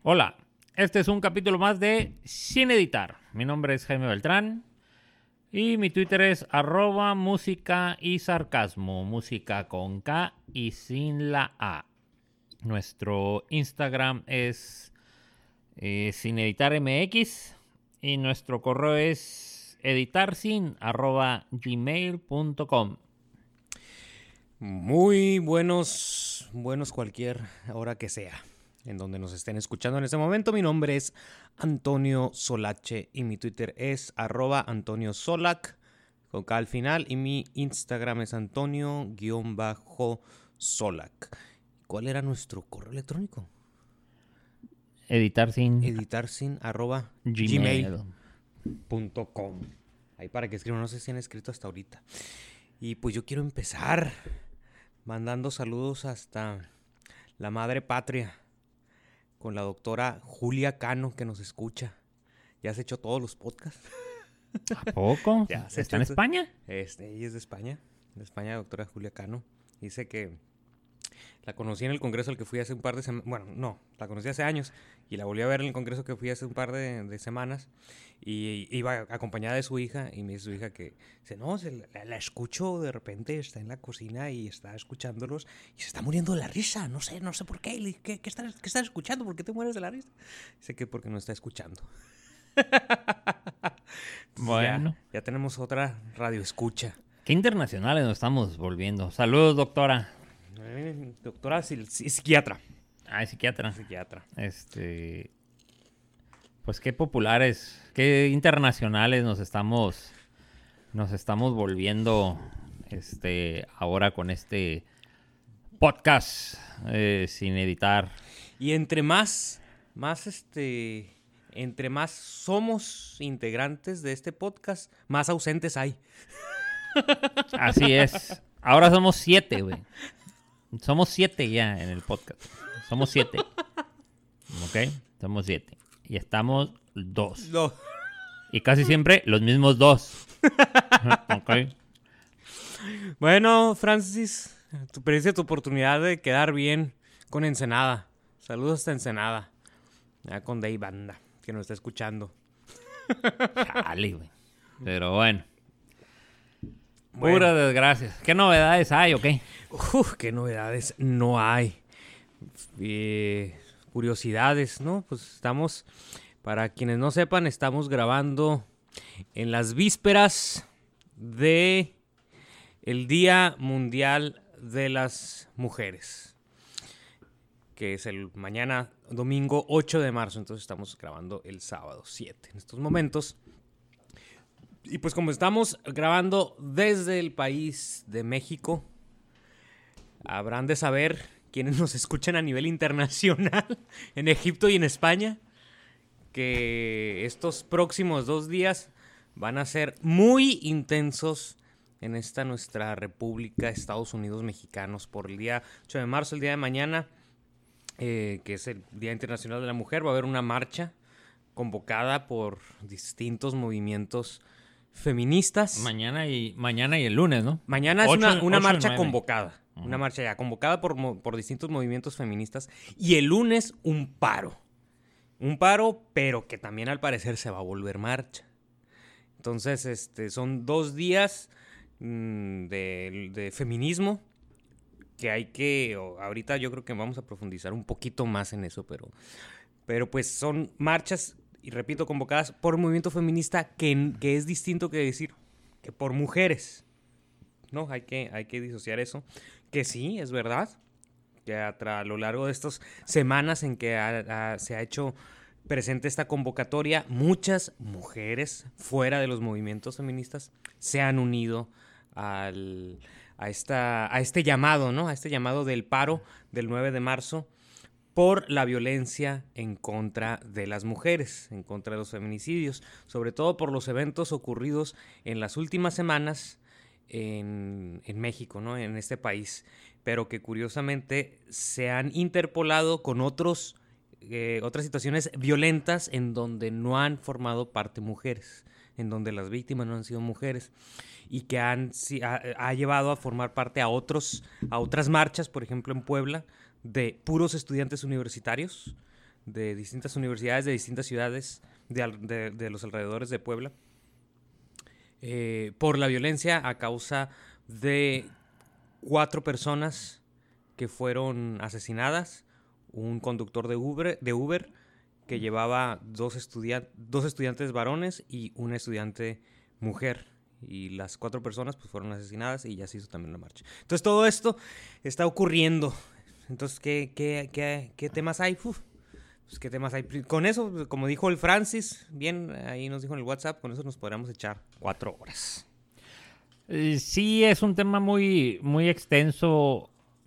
Hola, este es un capítulo más de Sin Editar. Mi nombre es Jaime Beltrán y mi Twitter es @música y sarcasmo, música con K y sin la A. Nuestro Instagram es Sin Editar MX y nuestro correo es editarsin@gmail.com. Muy buenos cualquier hora que sea, en donde nos estén escuchando en este momento. Mi nombre es Antonio Solache y mi Twitter es @AntonioSolac con K al final y mi Instagram es Antonio_Solac. ¿Cuál era nuestro correo electrónico? Editarsin editarsin@gmail.com. Ahí para que escriban, no sé si han escrito hasta ahorita. Y pues yo quiero empezar mandando saludos hasta la madre patria con la doctora Julia Cano, que nos escucha. Ya has hecho todos los podcasts. ¿A poco? Ya has ¿Está en hecho- España? Ella es de España, doctora Julia Cano. Dice que la conocí en el congreso al que fui hace un par de semanas. Bueno, no, la conocí hace años y la volví a ver en el congreso que fui hace un par de semanas. Y iba acompañada de su hija y me dice su hija que dice, no, la escucho de repente, está en la cocina y está escuchándolos y se está muriendo de la risa. No sé por qué. Le dije, ¿Qué estás escuchando? ¿Por qué te mueres de la risa? Dice que porque no está escuchando. Bueno. Ya tenemos otra radio escucha. Qué internacionales nos estamos volviendo. Saludos, doctora. Doctora psiquiatra. Ah, es psiquiatra. Psiquiatra. Pues qué populares, qué internacionales nos estamos volviendo ahora con este podcast sin editar. Y entre más somos integrantes de este podcast, más ausentes hay. Así es. Ahora somos 7, güey. Somos 7 ya en el podcast. Somos 7. ¿Ok? Somos 7. Y estamos 2. No. Y casi siempre los mismos 2. ¿Ok? Bueno, Francis, tu oportunidad de quedar bien con Ensenada. Saludos hasta Ensenada. Ya con Dave Banda, que nos está escuchando. Chale, güey. Pero bueno. Pura desgracia. ¿Qué novedades hay o qué? Qué novedades no hay. Curiosidades, ¿no? Pues estamos, para quienes no sepan, estamos grabando en las vísperas de el Día Mundial de las Mujeres, que es el mañana domingo 8 de marzo. Entonces estamos grabando el sábado 7 en estos momentos. Y pues como estamos grabando desde el país de México, habrán de saber quienes nos escuchan a nivel internacional, en Egipto y en España, que estos próximos 2 días van a ser muy intensos en esta nuestra República, Estados Unidos Mexicanos, por el día 8 de marzo, el día de mañana, que es el Día Internacional de la Mujer. Va a haber una marcha convocada por distintos movimientos feministas. Mañana y el lunes, ¿no? Mañana es 8, una 8 y marcha 9. convocada. Una marcha ya convocada por distintos movimientos feministas. Y el lunes un paro. Un paro, pero que también al parecer se va a volver marcha. Entonces, son 2 días de feminismo que hay que... ahorita yo creo que vamos a profundizar un poquito más en eso, pero pues son marchas, y repito, convocadas por un movimiento feminista que es distinto que decir que por mujeres. No, hay que disociar eso. Que sí, es verdad, que a lo largo de estas semanas en que se ha hecho presente esta convocatoria, muchas mujeres fuera de los movimientos feministas se han unido a este llamado, ¿no? A este llamado del paro del 9 de marzo por la violencia en contra de las mujeres, en contra de los feminicidios, sobre todo por los eventos ocurridos en las últimas semanas en México, ¿no? En este país, pero que curiosamente se han interpolado con otras situaciones violentas en donde no han formado parte mujeres, en donde las víctimas no han sido mujeres, y que ha llevado a formar parte a otras marchas, por ejemplo en Puebla, de puros estudiantes universitarios, de distintas universidades, de distintas ciudades de los alrededores de Puebla, por la violencia a causa de 4 personas que fueron asesinadas, un conductor de Uber que llevaba dos estudiantes varones y una estudiante mujer. Y las 4 personas pues fueron asesinadas y ya se hizo también la marcha. Entonces todo esto está ocurriendo. Entonces, ¿qué temas hay? Pues, ¿qué temas hay? Con eso, como dijo el Francis, bien, ahí nos dijo en el WhatsApp, con eso nos podríamos echar 4 horas. Sí, es un tema muy, muy extenso.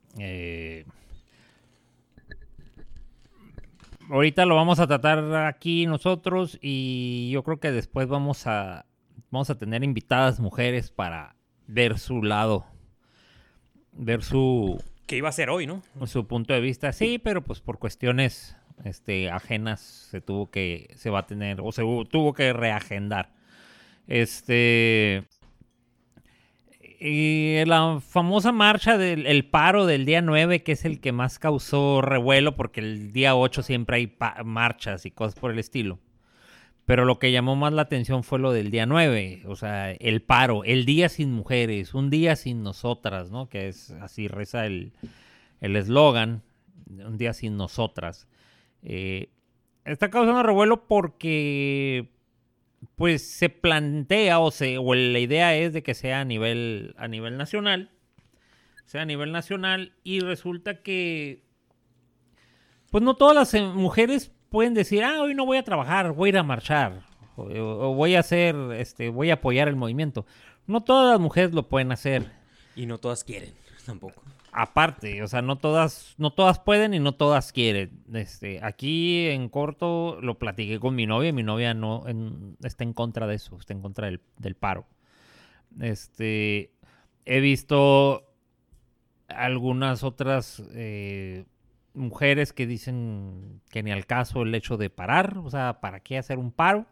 Ahorita lo vamos a tratar aquí nosotros y yo creo que después vamos a tener invitadas mujeres para ver su lado, ver su... Que iba a ser hoy, ¿no? Su punto de vista. Sí, pero pues por cuestiones ajenas se tuvo que reagendar. Y la famosa marcha del paro del día 9, que es el que más causó revuelo, porque el día 8 siempre hay marchas y cosas por el estilo. Pero lo que llamó más la atención fue lo del día 9, o sea, el paro, el día sin mujeres, un día sin nosotras, ¿no? Que es así reza el eslogan, un día sin nosotras. Está causando revuelo porque pues se plantea o la idea es de que sea a nivel nacional. Sea a nivel nacional y resulta que pues no todas las mujeres pueden decir, hoy no voy a trabajar, voy a ir a marchar o voy a hacer, voy a apoyar el movimiento. No todas las mujeres lo pueden hacer. Y no todas quieren, tampoco. Aparte, o sea, no todas pueden y no todas quieren. Aquí en corto lo platiqué con mi novia y mi novia no está en contra de eso, está en contra del paro. He visto algunas otras mujeres que dicen que ni al caso el hecho de parar, o sea, ¿para qué hacer un paro?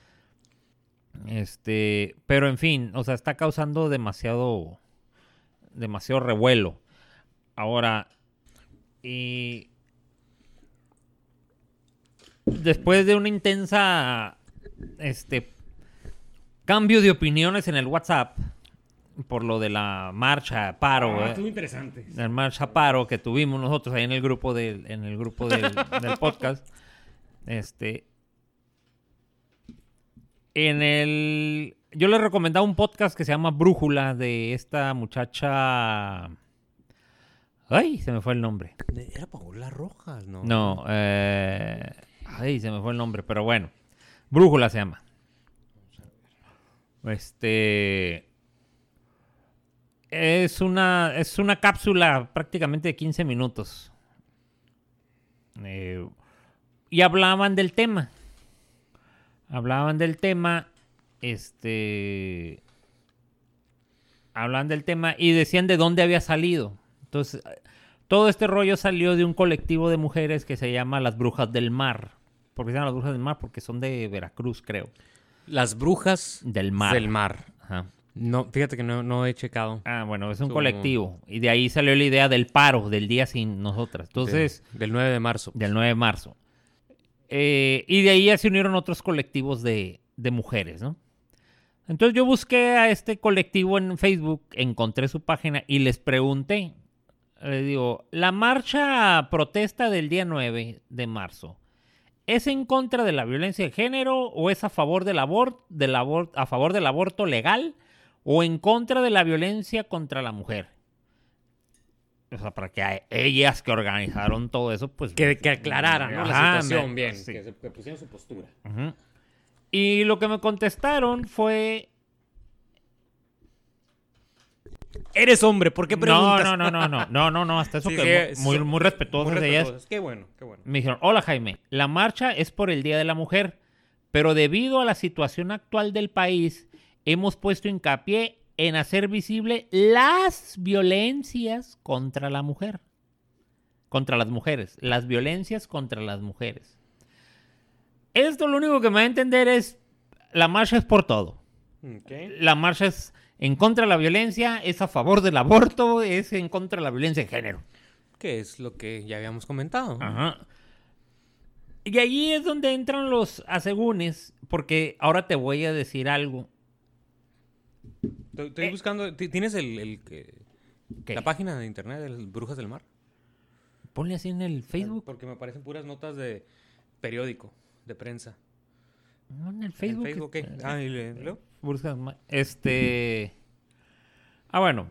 Pero en fin, o sea, está causando demasiado revuelo. Ahora, después de una intensa cambio de opiniones en el WhatsApp por lo de la marcha paro, estuvo interesante. La marcha paro que tuvimos nosotros ahí en el grupo del podcast, yo les recomendaba un podcast que se llama Brújula de esta muchacha. Ay, se me fue el nombre. Era Paola Rojas, ¿no? No, ay, se me fue el nombre, pero bueno. Brújula se llama. Es una cápsula prácticamente de 15 minutos. Y hablaban del tema. Hablaban del tema y decían de dónde había salido. Entonces, todo este rollo salió de un colectivo de mujeres que se llama Las Brujas del Mar. ¿Por qué se llaman Las Brujas del Mar? Porque son de Veracruz, creo. Las Brujas del Mar. Ajá. No, fíjate que no he checado. Bueno, es un colectivo. Y de ahí salió la idea del paro, del día sin nosotras. Entonces, del 9 de marzo. Del 9 de marzo. Y de ahí ya se unieron otros colectivos de mujeres, ¿no? Entonces yo busqué a este colectivo en Facebook, encontré su página y les pregunté. Le digo, la marcha protesta del día 9 de marzo, ¿es en contra de la violencia de género o es a favor a favor del aborto legal o en contra de la violencia contra la mujer? O sea, para que ellas que organizaron todo eso, pues... Que aclararan, ¿no? La situación bien, sí. Que pusieran su postura. Uh-huh. Y lo que me contestaron fue... Eres hombre, ¿por qué preguntas? No, hasta eso sí, que sí, muy respetuosos de ellas. Qué bueno. Me dijeron, hola Jaime, la marcha es por el Día de la Mujer, pero debido a la situación actual del país, hemos puesto hincapié en hacer visible las violencias contra la mujer. Contra las mujeres. Las violencias contra las mujeres. Esto lo único que me va a entender es, la marcha es por todo. Okay. La marcha es en contra de la violencia, es a favor del aborto, es en contra de la violencia de género. Que es lo que ya habíamos comentado. Ajá. Y ahí es donde entran los asegúnes, porque ahora te voy a decir algo. Estoy buscando. ¿Tienes ¿Qué? la página de internet de Brujas del Mar? Ponle así en el Facebook. Porque me aparecen puras notas de periódico, de prensa. No, en el Facebook. ¿En Facebook qué? ¿Y luego? Bueno.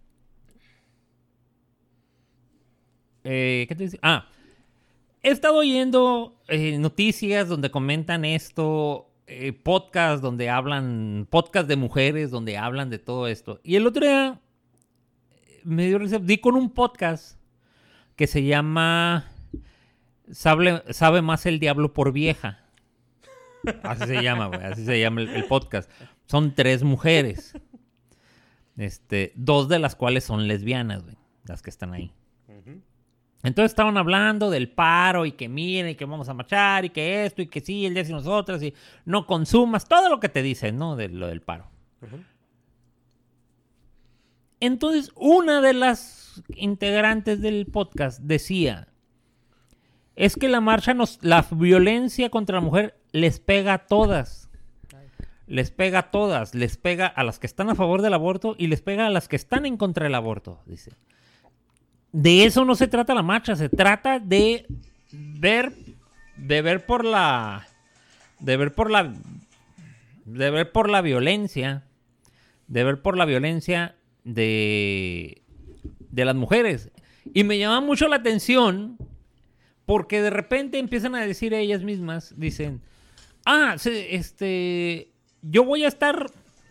¿Qué te decía? He estado oyendo noticias donde comentan esto, podcast de mujeres donde hablan de todo esto. Y el otro día me dio risa, di con un podcast que se llama Sabe más el diablo por vieja. Así se llama, güey. Así se llama el podcast. Son 3 mujeres. 2 de las cuales son lesbianas, güey. Las que están ahí. Uh-huh. Entonces estaban hablando del paro y que miren y que vamos a marchar y que esto y que sí, el día sin nosotras y no consumas. Todo lo que te dicen, ¿no? De lo del paro. Uh-huh. Entonces una de las integrantes del podcast decía... Es que la violencia contra la mujer les pega a todas. Les pega a todas. Les pega a las que están a favor del aborto y les pega a las que están en contra del aborto, dice. De eso no se trata la marcha. Se trata de ver por la violencia. De ver por la violencia de las mujeres. Y me llama mucho la atención... Porque de repente empiezan a decir ellas mismas, dicen, yo voy a estar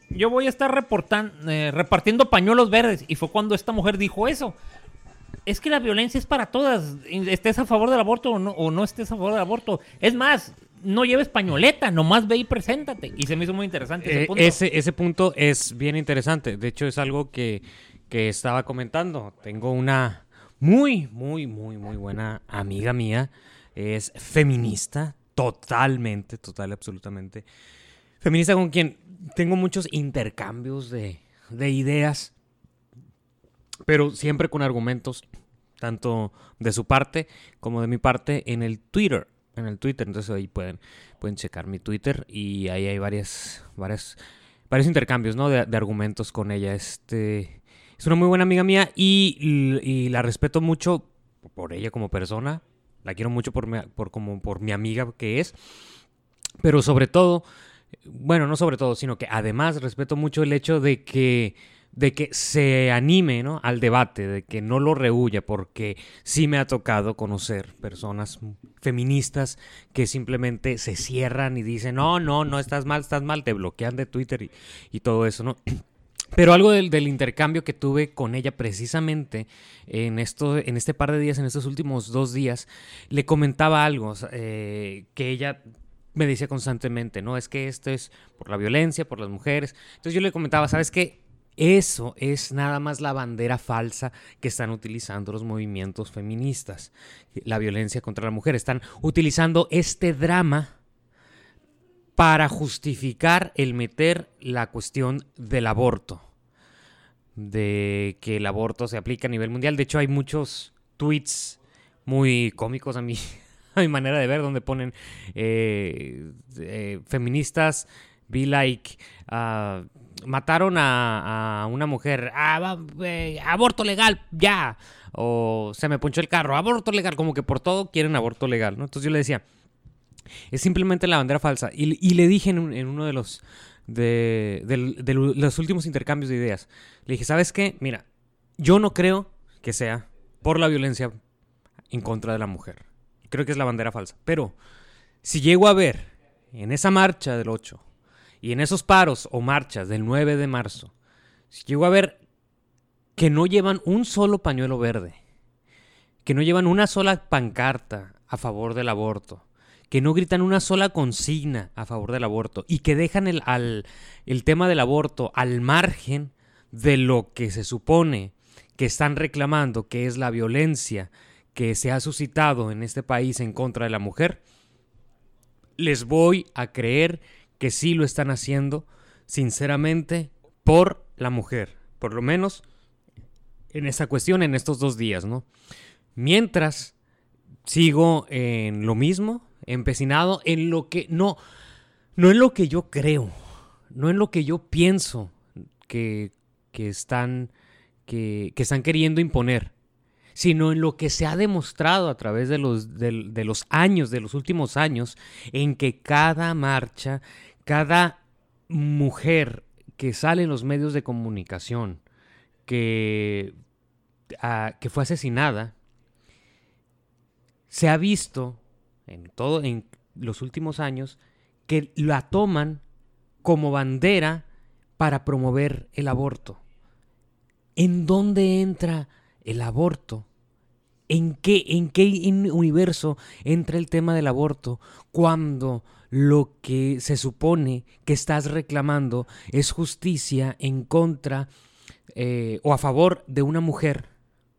repartiendo pañuelos verdes. Y fue cuando esta mujer dijo eso. Es que la violencia es para todas. Estés a favor del aborto o no estés a favor del aborto. Es más, no lleves pañoleta, nomás ve y preséntate. Y se me hizo muy interesante ese punto. Ese punto es bien interesante. De hecho, es algo que estaba comentando. Tengo una... muy buena amiga mía. Es feminista, absolutamente. Feminista con quien tengo muchos intercambios de ideas, pero siempre con argumentos, tanto de su parte como de mi parte en el Twitter. Entonces ahí pueden checar mi Twitter y ahí hay varios intercambios, ¿no? de argumentos con ella. Es una muy buena amiga mía y la respeto mucho por ella como persona. La quiero mucho por mi amiga que es. Pero sobre todo, bueno, no sobre todo, sino que además respeto mucho el hecho de que se anime, ¿no? al debate, de que no lo rehúya, porque sí me ha tocado conocer personas feministas que simplemente se cierran y dicen, no, estás mal, te bloquean de Twitter y todo eso, ¿no? Pero algo del intercambio que tuve con ella precisamente en este par de días, en estos últimos 2 días, le comentaba algo que ella me decía constantemente, ¿no? Es que esto es por la violencia, por las mujeres. Entonces yo le comentaba, ¿sabes qué? Eso es nada más la bandera falsa que están utilizando los movimientos feministas. La violencia contra la mujer. Están utilizando este drama para justificar el meter la cuestión del aborto, de que el aborto se aplica a nivel mundial. De hecho, hay muchos tweets muy cómicos a mi manera de ver, donde ponen feministas, be like, mataron a una mujer, aborto legal, ya, o se me ponchó el carro, aborto legal, como que por todo quieren aborto legal, ¿no? Entonces yo le decía, es simplemente la bandera falsa. Y le dije en uno de los los últimos intercambios de ideas, le dije, ¿sabes qué? Mira, yo no creo que sea por la violencia en contra de la mujer. Creo que es la bandera falsa. Pero si llego a ver en esa marcha del 8 y en esos paros o marchas del 9 de marzo, si llego a ver que no llevan un solo pañuelo verde, que no llevan una sola pancarta a favor del aborto, que no gritan una sola consigna a favor del aborto y que dejan el tema del aborto al margen de lo que se supone que están reclamando, que es la violencia que se ha suscitado en este país en contra de la mujer, les voy a creer que sí lo están haciendo sinceramente por la mujer, por lo menos en esa cuestión, en estos 2 días, ¿no? Mientras sigo en lo mismo, empecinado en lo que no en lo que yo creo, no en lo que yo pienso que están queriendo imponer, sino en lo que se ha demostrado a través de los años, de los últimos años, en que cada marcha, cada mujer que sale en los medios de comunicación, que fue asesinada, se ha visto en los últimos años que la toman como bandera para promover el aborto. ¿En dónde entra el aborto? ¿En qué universo entra el tema del aborto cuando lo que se supone que estás reclamando es justicia en contra o a favor de una mujer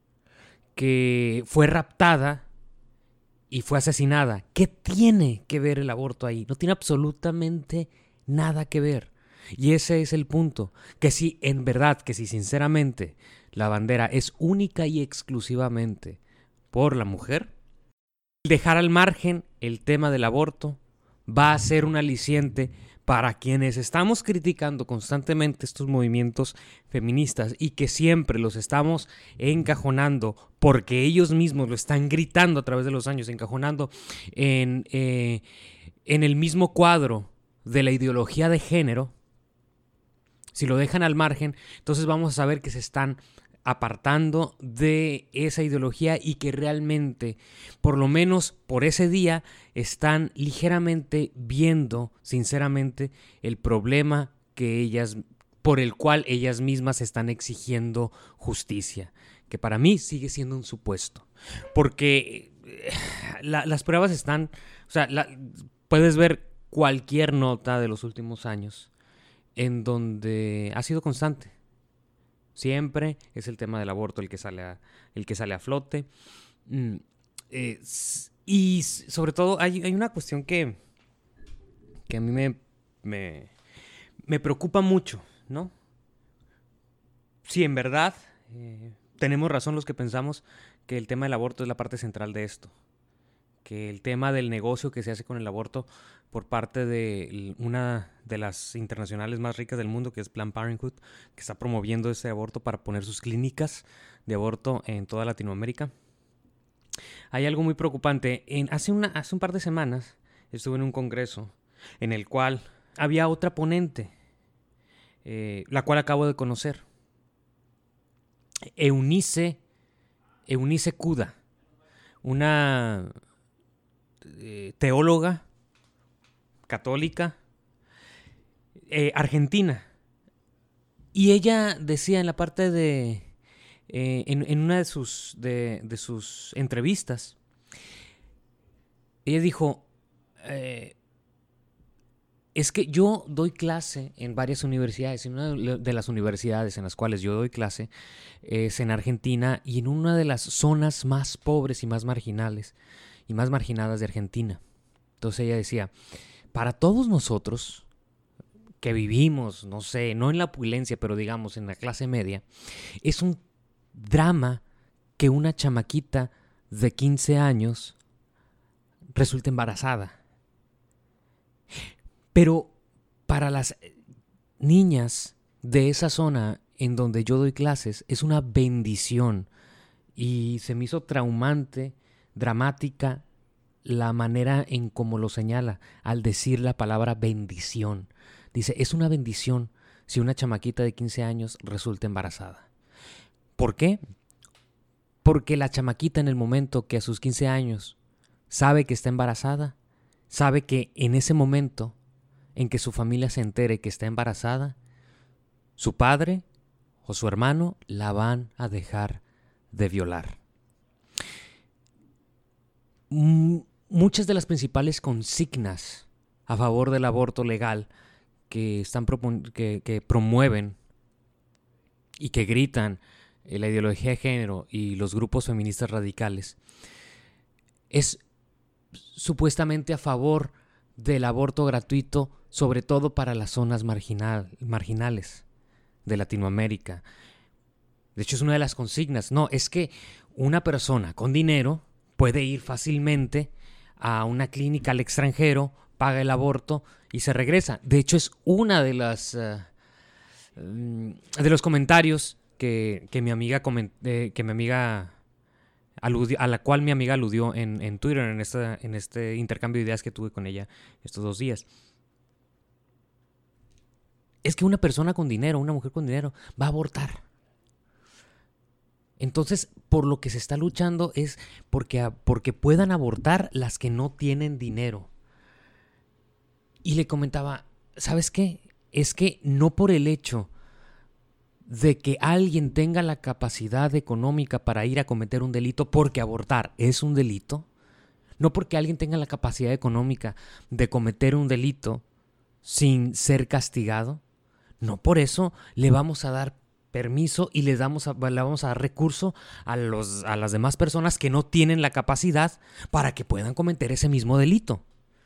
que fue raptada y fue asesinada? ¿Qué tiene que ver el aborto ahí? No tiene absolutamente nada que ver. Y ese es el punto, que si en verdad, que si sinceramente la bandera es única y exclusivamente por la mujer, dejar al margen el tema del aborto va a ser un aliciente para quienes estamos criticando constantemente estos movimientos feministas y que siempre los estamos encajonando porque ellos mismos lo están gritando a través de los años, encajonando en el mismo cuadro de la ideología de género. Si lo dejan al margen, entonces vamos a saber que se están apartando de esa ideología y que realmente, por lo menos por ese día, están ligeramente viendo, sinceramente, el problema por el cual ellas mismas están exigiendo justicia, que para mí sigue siendo un supuesto, porque las pruebas están, o sea, puedes ver cualquier nota de los últimos años en donde ha sido constante. Siempre es el tema del aborto el que sale a flote. Y sobre todo hay una cuestión que a mí me preocupa mucho, ¿no? Si en verdad tenemos razón los que pensamos que el tema del aborto es la parte central de esto, que el tema del negocio que se hace con el aborto por parte de una de las internacionales más ricas del mundo, que es Planned Parenthood, que está promoviendo ese aborto para poner sus clínicas de aborto en toda Latinoamérica. Hay algo muy preocupante. Hace un par de semanas estuve en un congreso en el cual había otra ponente, la cual acabo de conocer. Eunice Kuda, una teóloga católica argentina, y ella decía en la parte de en una de sus entrevistas, ella dijo, es que yo doy clase en varias universidades, en una de las universidades en las cuales yo doy clase es en Argentina, y en una de las zonas más pobres y más marginales y más marginadas de Argentina. Entonces ella decía, para todos nosotros que vivimos, no sé, no en la opulencia, pero digamos en la clase media, es un drama que una chamaquita de 15 años resulte embarazada. Pero para las niñas de esa zona en donde yo doy clases es una bendición, y se me hizo traumante, dramática, la manera en cómo lo señala al decir la palabra bendición. Dice, es una bendición si una chamaquita de 15 años resulta embarazada. ¿Por qué? Porque la chamaquita, en el momento que a sus 15 años sabe que está embarazada, sabe que en ese momento en que su familia se entere que está embarazada, su padre o su hermano la van a dejar de violar. Muchas de las principales consignas a favor del aborto legal que promueven y que gritan la ideología de género y los grupos feministas radicales es supuestamente a favor del aborto gratuito, sobre todo para las zonas marginales de Latinoamérica. De hecho, es una de las consignas. No, es que una persona con dinero puede ir fácilmente a una clínica al extranjero, paga el aborto y se regresa. De hecho, es una de las de los comentarios que mi amiga a la cual mi amiga aludió en Twitter, en este intercambio de ideas que tuve con ella estos 2 días. Es que una persona con dinero, una mujer con dinero, va a abortar. Entonces, por lo que se está luchando es porque puedan abortar las que no tienen dinero. Y le comentaba, ¿sabes qué? Es que no por el hecho de que alguien tenga la capacidad económica para ir a cometer un delito, porque abortar es un delito, no porque alguien tenga la capacidad económica de cometer un delito sin ser castigado, no por eso le vamos a dar permiso y le vamos a dar recurso a las demás personas que no tienen la capacidad para que puedan cometer ese mismo delito.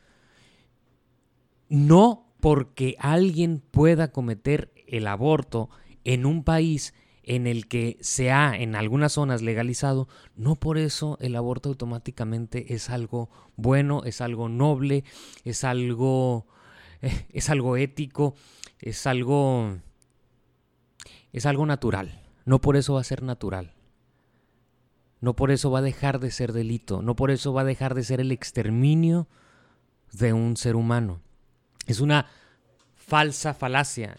No porque alguien pueda cometer el aborto en un país en el que se ha en algunas zonas legalizado, no por eso el aborto automáticamente es algo bueno, es algo noble, es algo ético, es algo natural. No por eso va a ser natural. No por eso va a dejar de ser delito. No por eso va a dejar de ser el exterminio de un ser humano. Es una falsa falacia.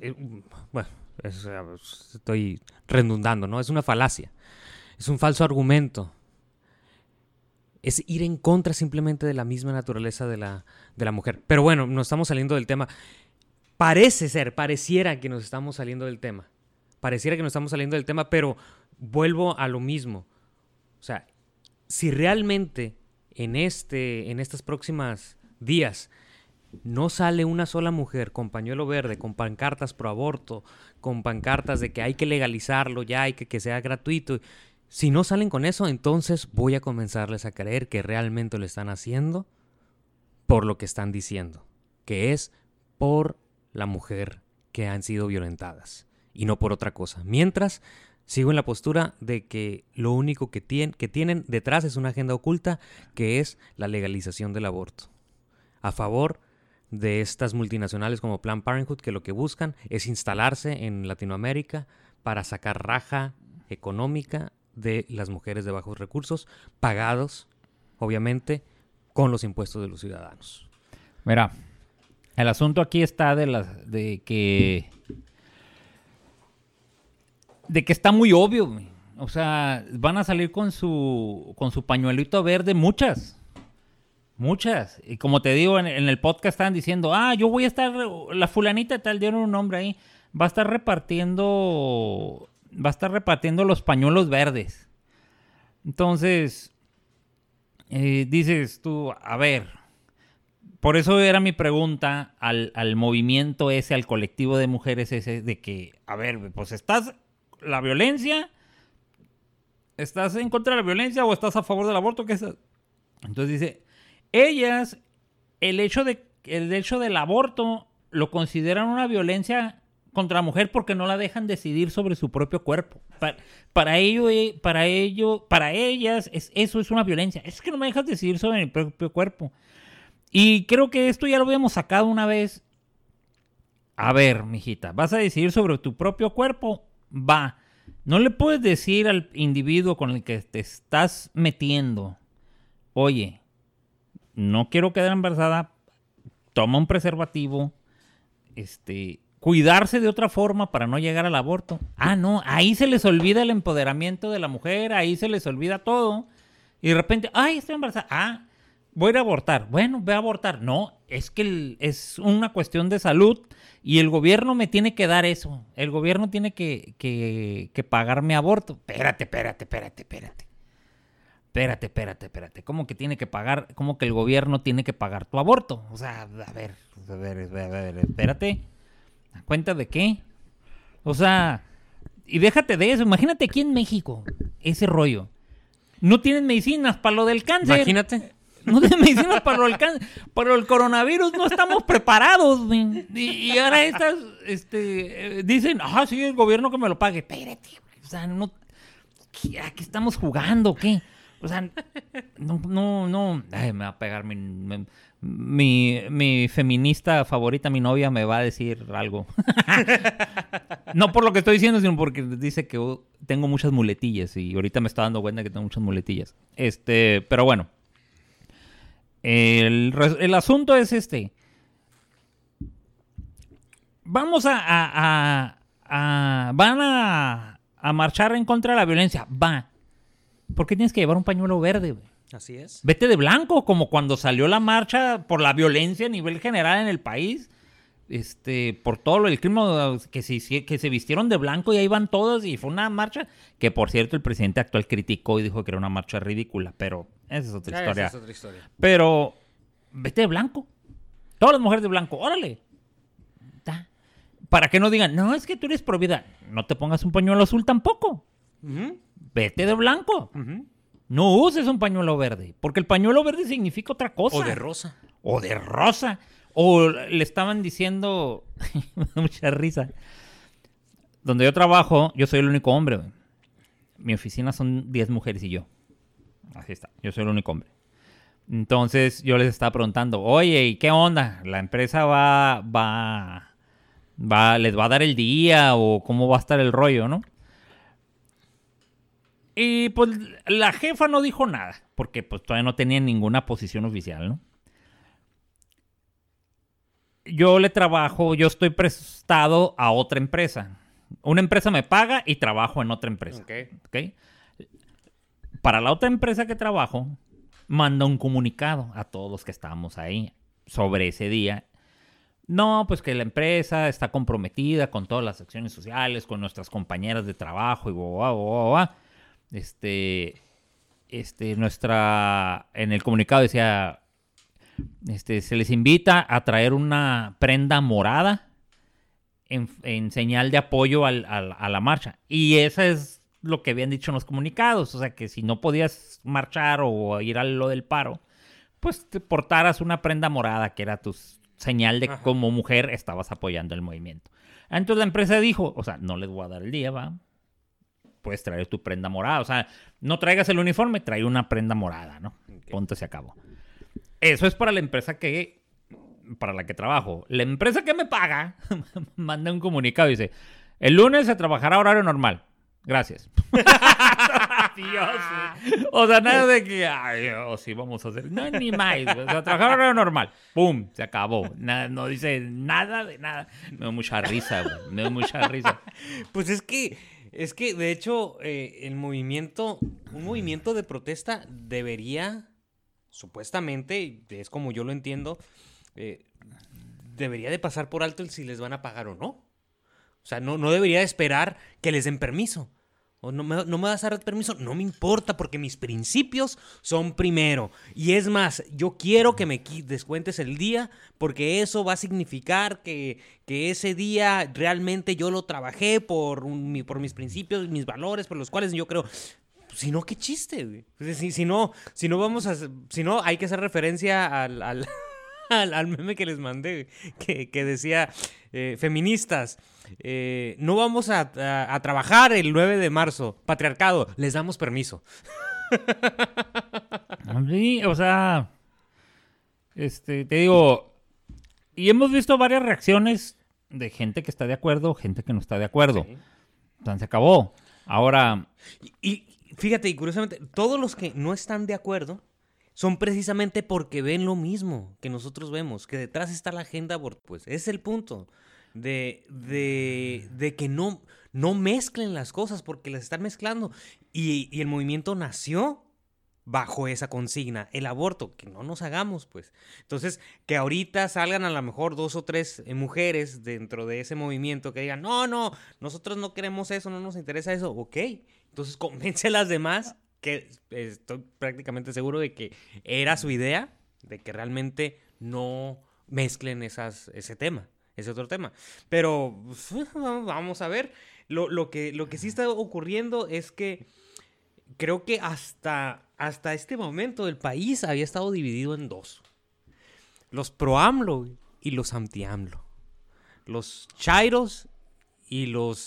Estoy redundando, ¿no? Es una falacia. Es un falso argumento. Es ir en contra simplemente de la misma naturaleza de la mujer. Pero bueno, nos estamos saliendo del tema. Pareciera que nos estamos saliendo del tema. Pero vuelvo a lo mismo. O sea, si realmente en estas próximas días no sale una sola mujer con pañuelo verde, con pancartas pro aborto, con pancartas de que hay que legalizarlo ya y que sea gratuito, si no salen con eso, entonces voy a comenzarles a creer que realmente lo están haciendo por lo que están diciendo, que es por la mujer que han sido violentadas y no por otra cosa. Mientras, sigo en la postura de que lo único que tienen detrás es una agenda oculta, que es la legalización del aborto. A favor de estas multinacionales como Planned Parenthood, que lo que buscan es instalarse en Latinoamérica para sacar raja económica de las mujeres de bajos recursos, pagados, obviamente, con los impuestos de los ciudadanos. Mira, el asunto aquí está de que está muy obvio, güey. O sea, van a salir con su pañuelito verde muchas. Y como te digo, en el podcast estaban diciendo, yo voy a estar, la fulanita tal, dieron un nombre ahí, va a estar repartiendo los pañuelos verdes. Entonces, dices tú, a ver, por eso era mi pregunta al movimiento ese, al colectivo de mujeres ese, de que, a ver, pues ¿estás en contra de la violencia o estás a favor del aborto? ¿Qué es? Entonces dice, ellas, el hecho del aborto lo consideran una violencia contra la mujer porque no la dejan decidir sobre su propio cuerpo. Para ellas eso es una violencia. Es que no me dejas decidir sobre mi propio cuerpo. Y creo que esto ya lo habíamos sacado una vez. A ver, mijita, ¿vas a decidir sobre tu propio cuerpo? Va. No le puedes decir al individuo con el que te estás metiendo, oye, no quiero quedar embarazada, toma un preservativo, cuidarse de otra forma para no llegar al aborto. No, ahí se les olvida el empoderamiento de la mujer, ahí se les olvida todo. Y de repente, estoy embarazada. Voy a ir a abortar. Bueno, ve a abortar. No, es que es una cuestión de salud y el gobierno me tiene que dar eso. El gobierno tiene que pagar mi aborto. Espérate. ¿Cómo que tiene que pagar? ¿Cómo que el gobierno tiene que pagar tu aborto? O sea, a ver, espérate. ¿A cuenta de qué? O sea, y déjate de eso. Imagínate aquí en México, ese rollo. No tienen medicinas para lo del cáncer. Imagínate. No tienen medicinas para lo del cáncer. Para el coronavirus no estamos preparados. Y ahora estas dicen, sí, el gobierno que me lo pague. Espérate. O sea, no... ¿A qué estamos jugando? ¿Qué? O sea, no. Ay, me va a pegar mi feminista favorita, mi novia, me va a decir algo. No por lo que estoy diciendo, sino porque dice que tengo muchas muletillas. Y ahorita me está dando cuenta que tengo muchas muletillas. Pero bueno. El asunto es este. Vamos van a marchar en contra de la violencia. Va. ¿Por qué tienes que llevar un pañuelo verde, güey? Así es. Vete de blanco, como cuando salió la marcha por la violencia a nivel general en el país. Por todo el crimen, que se vistieron de blanco y ahí van todos. Y fue una marcha que, por cierto, el presidente actual criticó y dijo que era una marcha ridícula. Pero esa es otra historia. Esa es otra historia. Pero vete de blanco. Todas las mujeres de blanco. Órale. Para que no digan, no, es que tú eres pro vida. No te pongas un pañuelo azul tampoco. Uh-huh. Vete de blanco. Uh-huh. No uses un pañuelo verde. Porque el pañuelo verde significa otra cosa. O de rosa. O de rosa. O le estaban diciendo... Me da mucha risa. Donde yo trabajo, yo soy el único hombre. Güey. Mi oficina son 10 mujeres y yo. Así está. Yo soy el único hombre. Entonces yo les estaba preguntando, oye, ¿y qué onda? ¿La empresa les va a dar el día o cómo va a estar el rollo, ¿no? Y pues la jefa no dijo nada, porque pues todavía no tenía ninguna posición oficial, ¿no? Yo estoy prestado a otra empresa. Una empresa me paga y trabajo en otra empresa. ¿Okay? Para la otra empresa que trabajo, manda un comunicado a todos los que estábamos ahí sobre ese día. No, pues que la empresa está comprometida con todas las acciones sociales, con nuestras compañeras de trabajo y en el comunicado decía, se les invita a traer una prenda morada en señal de apoyo a la marcha. Y eso es lo que habían dicho en los comunicados. O sea, que si no podías marchar o ir a lo del paro, pues te portaras una prenda morada, que era tu señal de que como mujer estabas apoyando el movimiento. Entonces la empresa dijo, o sea, no les voy a dar el día, va. Puedes traer tu prenda morada. O sea, no traigas el uniforme, trae una prenda morada, ¿no? Okay. Punto, se acabó. Eso es para la empresa para la que trabajo. La empresa que me paga manda un comunicado y dice, el lunes se trabajará a horario normal. Gracias. Dios. O sea, nada de que, sí, vamos a hacer. No, ni más. O sea, trabajar a horario normal. ¡Pum! Se acabó. No dice nada de nada. Me da mucha risa, güey. Me da mucha risa. Pues es que, de hecho, un movimiento de protesta debería, supuestamente, es como yo lo entiendo, debería de pasar por alto el si les van a pagar o no. O sea, no debería esperar que les den permiso. O no me vas a dar permiso, no me importa porque mis principios son primero. Y es más, yo quiero que me descuentes el día porque eso va a significar que ese día realmente yo lo trabajé por mis principios, mis valores, por los cuales yo creo. Si no, qué chiste, güey. Si no hay que hacer referencia al meme que les mandé, que decía, feministas, no vamos a trabajar el 9 de marzo, patriarcado, les damos permiso. Sí, o sea, te digo, y hemos visto varias reacciones de gente que está de acuerdo, gente que no está de acuerdo. Sí. Entonces se acabó. Ahora... Y fíjate, y curiosamente, todos los que no están de acuerdo son precisamente porque ven lo mismo que nosotros vemos, que detrás está la agenda abortiva. Pues ese es el punto de que no mezclen las cosas porque las están mezclando. Y el movimiento nació bajo esa consigna, el aborto, que no nos hagamos, pues. Entonces, que ahorita salgan a lo mejor 2 o 3 mujeres dentro de ese movimiento que digan, no, nosotros no queremos eso, no nos interesa eso, ok. Entonces, convence a las demás, que estoy prácticamente seguro de que era su idea, de que realmente no mezclen ese tema, ese otro tema. Pero vamos a ver, lo que sí está ocurriendo es que creo que hasta este momento el país había estado dividido en 2. Los pro-AMLO y los anti-AMLO. Los chairos y los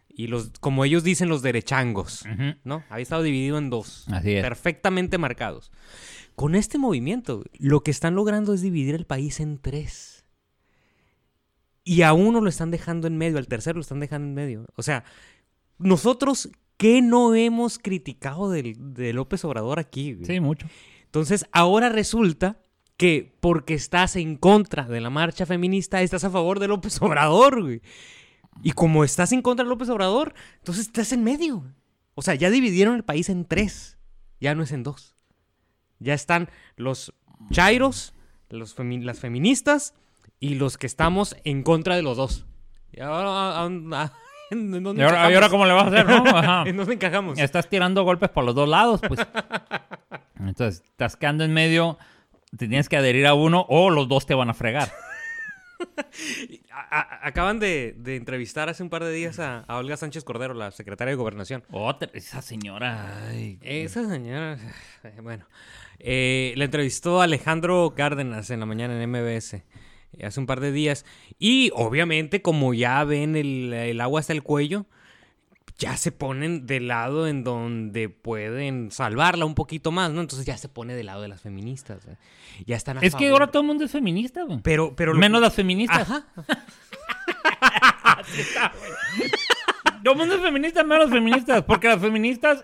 y como ellos dicen, los derechangos, Ujú. ¿no? Había estado dividido en dos, Así es. perfectamente marcados. Con este movimiento, lo que están logrando es dividir el país en tres. Y a uno lo están dejando en medio, al tercero lo están dejando en medio. O sea, nosotros, ¿qué no hemos criticado de López Obrador aquí, güey? Sí, mucho. Entonces, ahora resulta que porque estás en contra de la marcha feminista, estás a favor de López Obrador, güey. Y como estás en contra de López Obrador, entonces estás en medio, güey. O sea, ya dividieron el país en tres. Ya no es en dos. Ya están los chairos, las feministas y los que estamos en contra de los dos. Y ahora, ¿en dónde ¿Y ahora cómo le vas a hacer, no? Ajá. ¿En dónde encajamos? Estás tirando golpes por los dos lados, pues. Entonces, estás quedando en medio, te tienes que adherir a uno o los dos te van a fregar. Acaban de entrevistar hace un par de días a Olga Sánchez Cordero, la secretaria de Gobernación. Esa señora. Ay. Esa señora, bueno, la entrevistó Alejandro Cárdenas en la mañana en MBS hace un par de días. Y obviamente, como ya ven el agua hasta el cuello, ya se ponen del lado en donde pueden salvarla un poquito más, ¿no? Entonces ya se pone del lado de las feministas. Ya están a Es que favor. ahora todo el mundo es feminista, güey. Pero Menos las feministas. Ajá. Todo el mundo es feminista, menos las feministas. Porque las feministas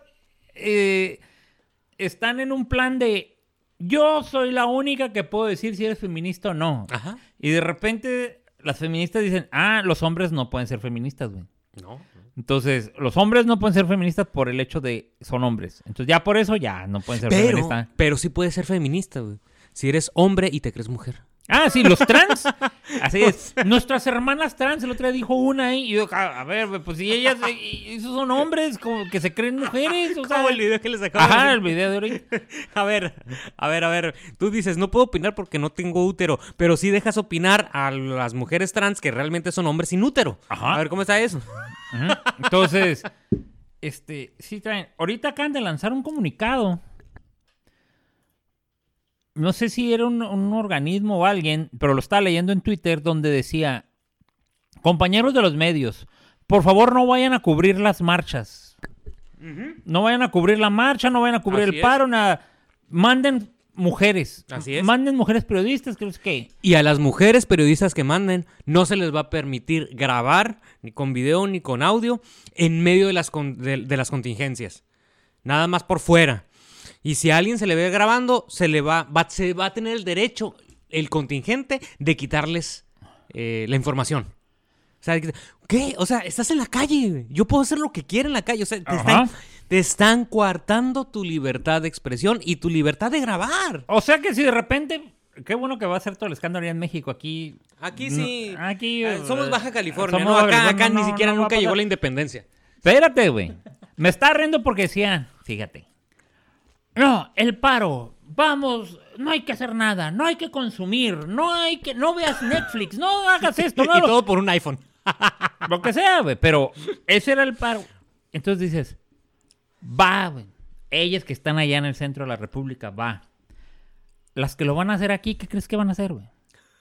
están en un plan de yo soy la única que puedo decir si eres feminista o no. Ajá. Y de repente las feministas dicen, los hombres no pueden ser feministas, güey. No. Entonces, los hombres no pueden ser feministas por el hecho de son hombres. Entonces, ya por eso ya no pueden ser feministas. Pero sí puedes ser feminista, güey. Si eres hombre y te crees mujer. Ah, sí, los trans. Así es. Nuestras hermanas trans, el otro día dijo una ahí. Y yo, a ver, pues si ellas, esos son hombres como que se creen mujeres. O sea, Como el video que les acabo de ajá, decir. el video de ahorita. A ver. Tú dices, no puedo opinar porque no tengo útero, pero sí dejas opinar a las mujeres trans que realmente son hombres sin útero. Ajá. A ver, ¿cómo está eso? Ujú. Entonces, sí traen. Ahorita acaban de lanzar un comunicado. No sé si era un organismo o alguien, pero lo estaba leyendo en Twitter donde decía, compañeros de los medios, por favor no vayan a cubrir las marchas. No vayan a cubrir la marcha, no vayan a cubrir Así el es. paro, nada. Manden mujeres. Así es. Manden mujeres periodistas, que no sé qué. Y a las mujeres periodistas que manden, no se les va a permitir grabar, ni con video ni con audio, en medio de las contingencias. Nada más por fuera. Y si a alguien se le ve grabando, se va a tener el derecho, el contingente, de quitarles la información. O sea, ¿qué? O sea, estás en la calle, güey. Yo puedo hacer lo que quiera en la calle. O sea, te están coartando tu libertad de expresión y tu libertad de grabar. O sea que si de repente... Qué bueno que va a ser todo el escándalo allá en México. Aquí sí. Aquí, somos Baja California, somos ¿no? Baja California, Acá ni no, siquiera no va a nunca llegó pasar. la independencia. Espérate, güey. Me está riendo porque decía, fíjate. No, el paro. Vamos, no hay que hacer nada. No hay que consumir. No veas Netflix. No hagas esto. No Y todo por un iPhone. lo que sea, güey. Pero ese era el paro. Entonces dices, va, güey. Ellas que están allá en el centro de la República, va. Las que lo van a hacer aquí, ¿qué crees que van a hacer, güey?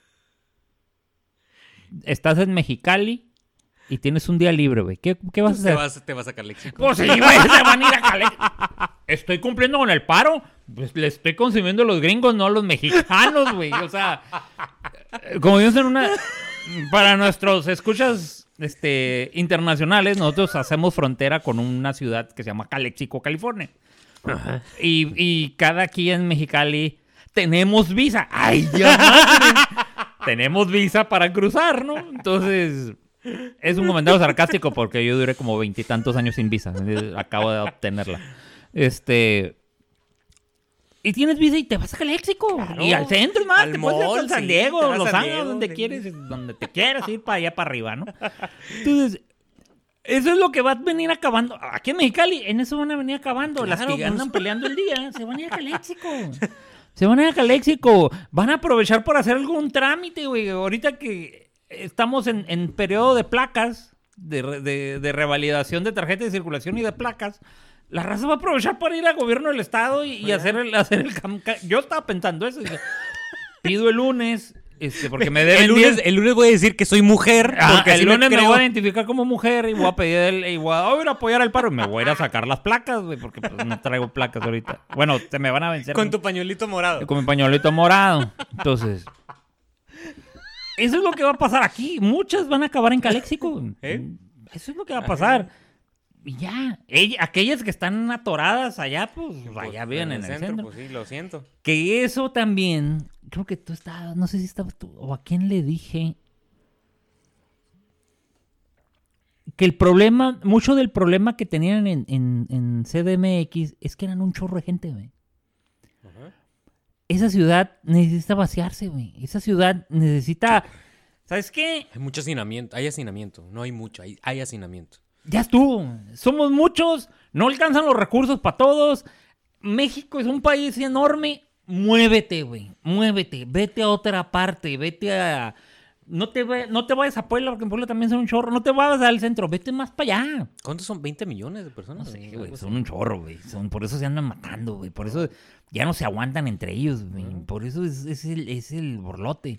Estás en Mexicali y tienes un día libre, güey. ¿Qué vas a hacer? Te vas a sacar léxico. Pues sí, güey, se van a ir a Calexico. Estoy cumpliendo con el paro. Pues le estoy consumiendo a los gringos, no a los mexicanos, güey. O sea, como vimos en una... Para nuestros escuchas internacionales, nosotros hacemos frontera con una ciudad que se llama Calexico, California. Ajá. Y cada aquí en Mexicali tenemos visa. ¡Ay, ya madre! Tenemos visa para cruzar, ¿no? Entonces... Es un comentario sarcástico porque yo duré como 20 y tantos años sin visa. Acabo de obtenerla. Y tienes visa y te vas a Calexico. Claro. Y al centro, más. Al Te puedes ir mall, a San sí, Diego, te vas a Los San Ángeles, Diego, donde sí. quieres, donde te quieras ir para allá para arriba, ¿no? Entonces, eso es lo que va a venir acabando. Aquí en Mexicali, en eso van a venir acabando. Claro, Las que pues. andan peleando el día, se van a ir a Calexico. Se van a ir a Calexico. Van a aprovechar por hacer algún trámite, güey. Ahorita que estamos en periodo de placas, de revalidación de tarjeta de circulación y de placas, la raza va a aprovechar para ir al gobierno del estado y hacer el yo estaba pensando eso. Dije, pido el lunes, Porque me deben el lunes voy a decir que soy mujer. Porque el así lunes me creo. voy a identificar como mujer y voy a pedir y voy a ir a apoyar al paro. Me voy a ir a sacar las placas, güey, porque pues, no traigo placas ahorita. Bueno, se me van a vencer. Con tu pañuelito morado. Con mi pañuelito morado. Entonces, eso es lo que va a pasar aquí. Muchas van a acabar en Caléxico. Eso es lo que va a pasar. Y ya. Aquellas que están atoradas allá, pues allá viven en el centro. Pues sí, lo siento. Que eso también, creo que tú estabas, no sé si estabas tú, o a quién le dije, que el problema, mucho del problema que tenían en CDMX es que eran un chorro de gente, güey. Uh-huh. Esa ciudad necesita vaciarse, güey. Esa ciudad necesita, ¿sabes qué? Hay mucho hacinamiento, hay hacinamiento, no hay mucho, hay hacinamiento. Ya estuvo, somos muchos, no alcanzan los recursos para todos. México es un país enorme. Muévete, güey, muévete, vete a otra parte, vete a... No te vayas a Puebla, porque en Puebla también son un chorro. No te vayas al centro, vete más para allá. ¿Cuántos son? ¿20 millones de personas? No sé, güey, son un chorro, güey. Por eso se andan matando, güey. Por eso ya no se aguantan entre ellos, güey. Por eso es el borlote.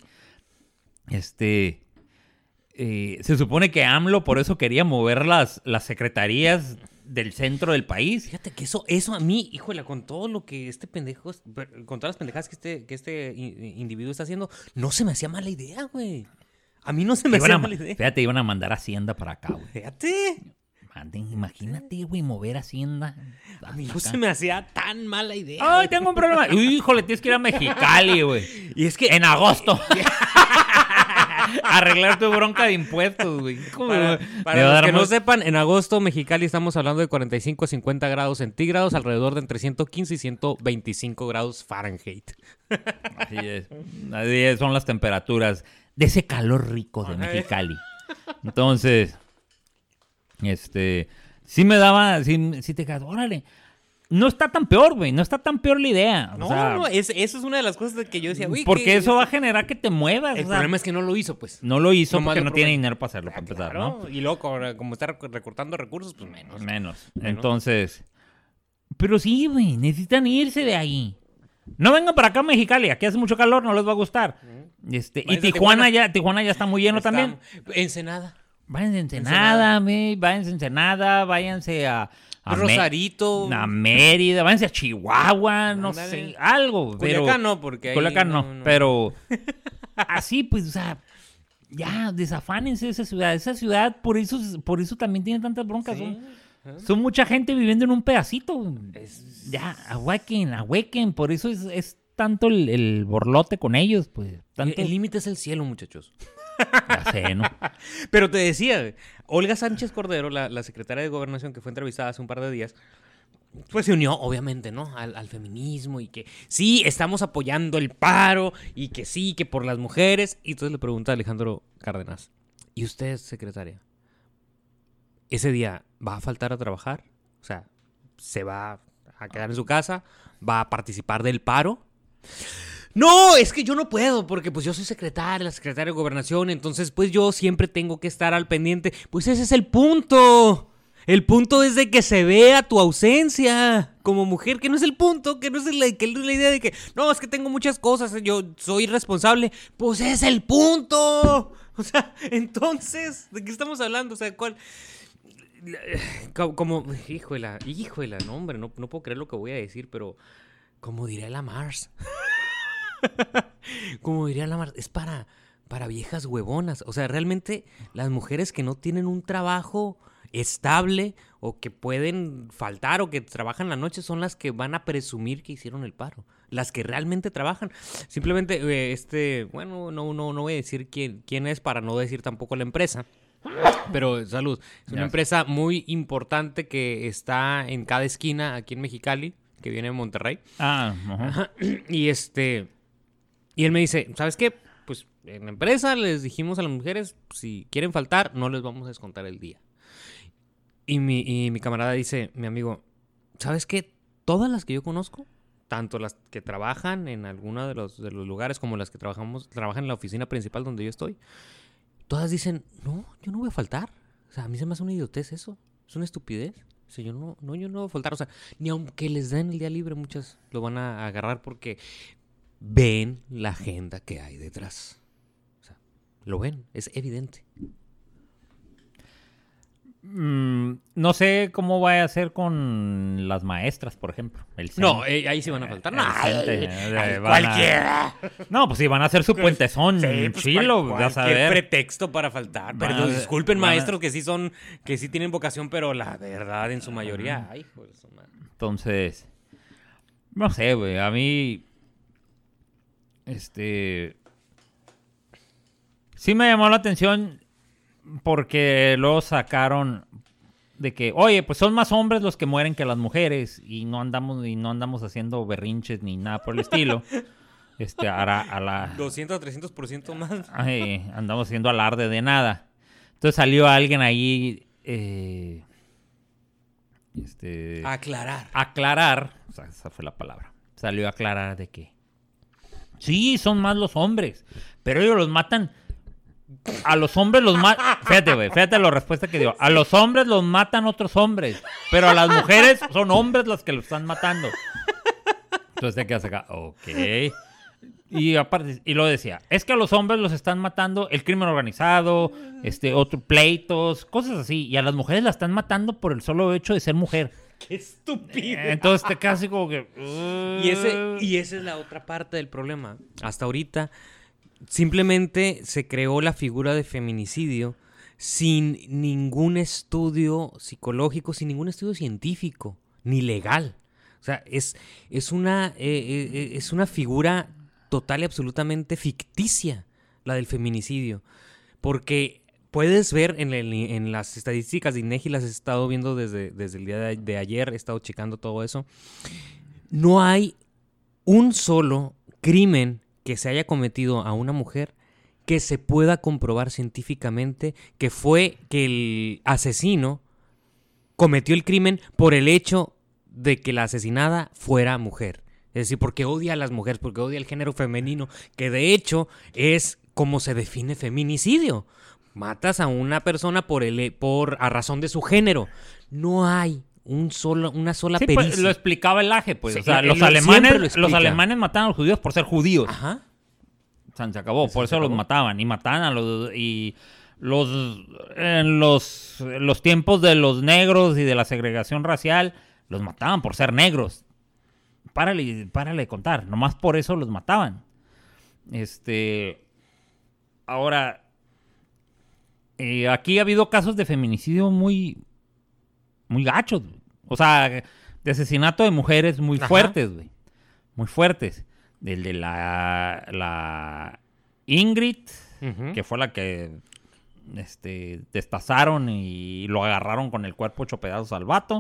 Se supone que AMLO por eso quería mover las secretarías del centro del país. Fíjate que eso a mí, híjole, con todo lo que este pendejo, con todas las pendejadas que este individuo está haciendo, no se me hacía mala idea, güey. A mí no se me hacía mala idea. Fíjate, iban a mandar Hacienda para acá, güey. Fíjate. Imagínate, güey, mover Hacienda. A mí no se me hacía tan mala idea. Ay, tengo un problema. Híjole, tienes que ir a Mexicali, güey. Y es que... En agosto. Arreglar tu bronca de impuestos, güey. Para los que no sepan, en agosto, Mexicali, estamos hablando de 45 a 50 grados centígrados, alrededor de entre 115 y 125 grados Fahrenheit. Así es, son las temperaturas de ese calor rico de Mexicali. Entonces, sí me daba, sí te quedas, órale. No está tan peor, güey. No está tan peor la idea. Eso es una de las cosas de que yo decía, güey. Porque eso va a generar que te muevas. El problema es que no lo hizo, pues. No lo hizo porque no tiene dinero para hacerlo, para empezar, claro. ¿no? Y luego, como está recortando recursos, pues menos. Entonces, pero sí, güey. Necesitan irse de ahí. No vengan para acá a Mexicali. Aquí hace mucho calor, no les va a gustar. Y Tijuana ya está muy lleno también. Ensenada. Váyanse a Ensenada, güey. Váyanse a Ensenada. Váyanse a Rosarito, a Mérida, váyanse a Chihuahua, no sé, algo. Culiacán no, porque ahí Culiacán no, pero así, pues, o sea, ya, desafánense de esa ciudad. Esa ciudad, por eso también tiene tantas broncas. Sí. Son mucha gente viviendo en un pedacito. Ya, ahuequen, por eso es tanto el borlote con ellos, pues. Tanto... El límite es el cielo, muchachos. Ya sé, ¿no? Pero te decía, Olga Sánchez Cordero, la secretaria de Gobernación que fue entrevistada hace un par de días, pues se unió, obviamente, ¿no? Al feminismo y que sí, estamos apoyando el paro y que sí, que por las mujeres. Y entonces le pregunta a Alejandro Cárdenas, ¿y usted, secretaria, ese día va a faltar a trabajar? O sea, ¿se va a quedar en su casa? ¿Va a participar del paro? No, es que yo no puedo, porque pues yo soy la secretaria de Gobernación, entonces pues yo siempre tengo que estar al pendiente. Pues ese es el punto. El punto es de que se vea tu ausencia como mujer, que no es el punto, que no es la idea de que, no, es que tengo muchas cosas, yo soy responsable. Pues es el punto. O sea, entonces, ¿de qué estamos hablando? O sea, ¿cuál? Como, híjole, no, hombre, no puedo creer lo que voy a decir, pero como diría la Mars... Como diría la Marta, es para viejas huevonas. O sea, realmente las mujeres que no tienen un trabajo estable o que pueden faltar o que trabajan la noche son las que van a presumir que hicieron el paro. Las que realmente trabajan. Simplemente, bueno, no voy a decir quién es para no decir tampoco la empresa. Pero, salud. Es una empresa muy importante que está en cada esquina aquí en Mexicali, que viene de Monterrey. Ajá. Y él me dice, ¿sabes qué? Pues en la empresa les dijimos a las mujeres, si quieren faltar, no les vamos a descontar el día. Y mi camarada dice, mi amigo, ¿sabes qué? Todas las que yo conozco, tanto las que trabajan en alguno de los lugares como las que trabajan en la oficina principal donde yo estoy, todas dicen, no, yo no voy a faltar. O sea, a mí se me hace una idiotez eso. Es una estupidez. O sea, yo no voy a faltar. O sea, ni aunque les den el día libre, muchas lo van a agarrar porque ven la agenda que hay detrás. Lo ven, es evidente. No sé cómo vaya a ser con las maestras, por ejemplo. No, ahí sí van a faltar. No, cualquiera. No, pues sí, van a hacer su puentezón. Sí, pues chilo, vas a cualquier ver. pretexto para faltar. Pero disculpen, maestros, que sí tienen vocación, pero la verdad, en su mayoría, ay, hijo de su madre. Entonces, no sé, güey, a mí, sí me llamó la atención porque luego sacaron de que, oye, pues son más hombres los que mueren que las mujeres y no andamos haciendo berrinches ni nada por el estilo. A la 200 a 300% más. Andamos haciendo alarde de nada. Entonces salió alguien ahí aclarar, o sea, esa fue la palabra. Salió a aclarar de que sí, son más los hombres, pero ellos los matan. A los hombres los matan. Fíjate, güey, fíjate la respuesta que dio. A los hombres los matan otros hombres, pero a las mujeres son hombres los que los están matando. Entonces te quedas acá, ok. Y aparte, y lo decía, es que a los hombres los están matando el crimen organizado, otros pleitos, cosas así. Y a las mujeres las están matando por el solo hecho de ser mujer. ¡Qué estúpido! Entonces te quedas así como que... Y esa es la otra parte del problema. Hasta ahorita, simplemente se creó la figura de feminicidio sin ningún estudio psicológico, sin ningún estudio científico, ni legal. O sea, es una figura total y absolutamente ficticia, la del feminicidio. Porque puedes ver en las estadísticas de INEGI, las he estado viendo desde el día de ayer, he estado checando todo eso. No hay un solo crimen que se haya cometido a una mujer que se pueda comprobar científicamente que el asesino cometió el crimen por el hecho de que la asesinada fuera mujer. Es decir, porque odia a las mujeres, porque odia el género femenino, que de hecho es como se define feminicidio. Matas a una persona a razón de su género. No hay una sola pericia. Pues, lo explicaba el Aje, pues. Sí, o sea, los alemanes mataban a los judíos por ser judíos. Ajá. O sea, se acabó. Por eso los mataban. Y mataban a los... En los tiempos de los negros y de la segregación racial, los mataban por ser negros. Párale de contar. Nomás por eso los mataban. Ahora, aquí ha habido casos de feminicidio muy, muy gachos. O sea, de asesinato de mujeres muy fuertes, güey. Muy fuertes. El de la Ingrid, que fue la que destazaron y lo agarraron con el cuerpo hecho pedazos al vato.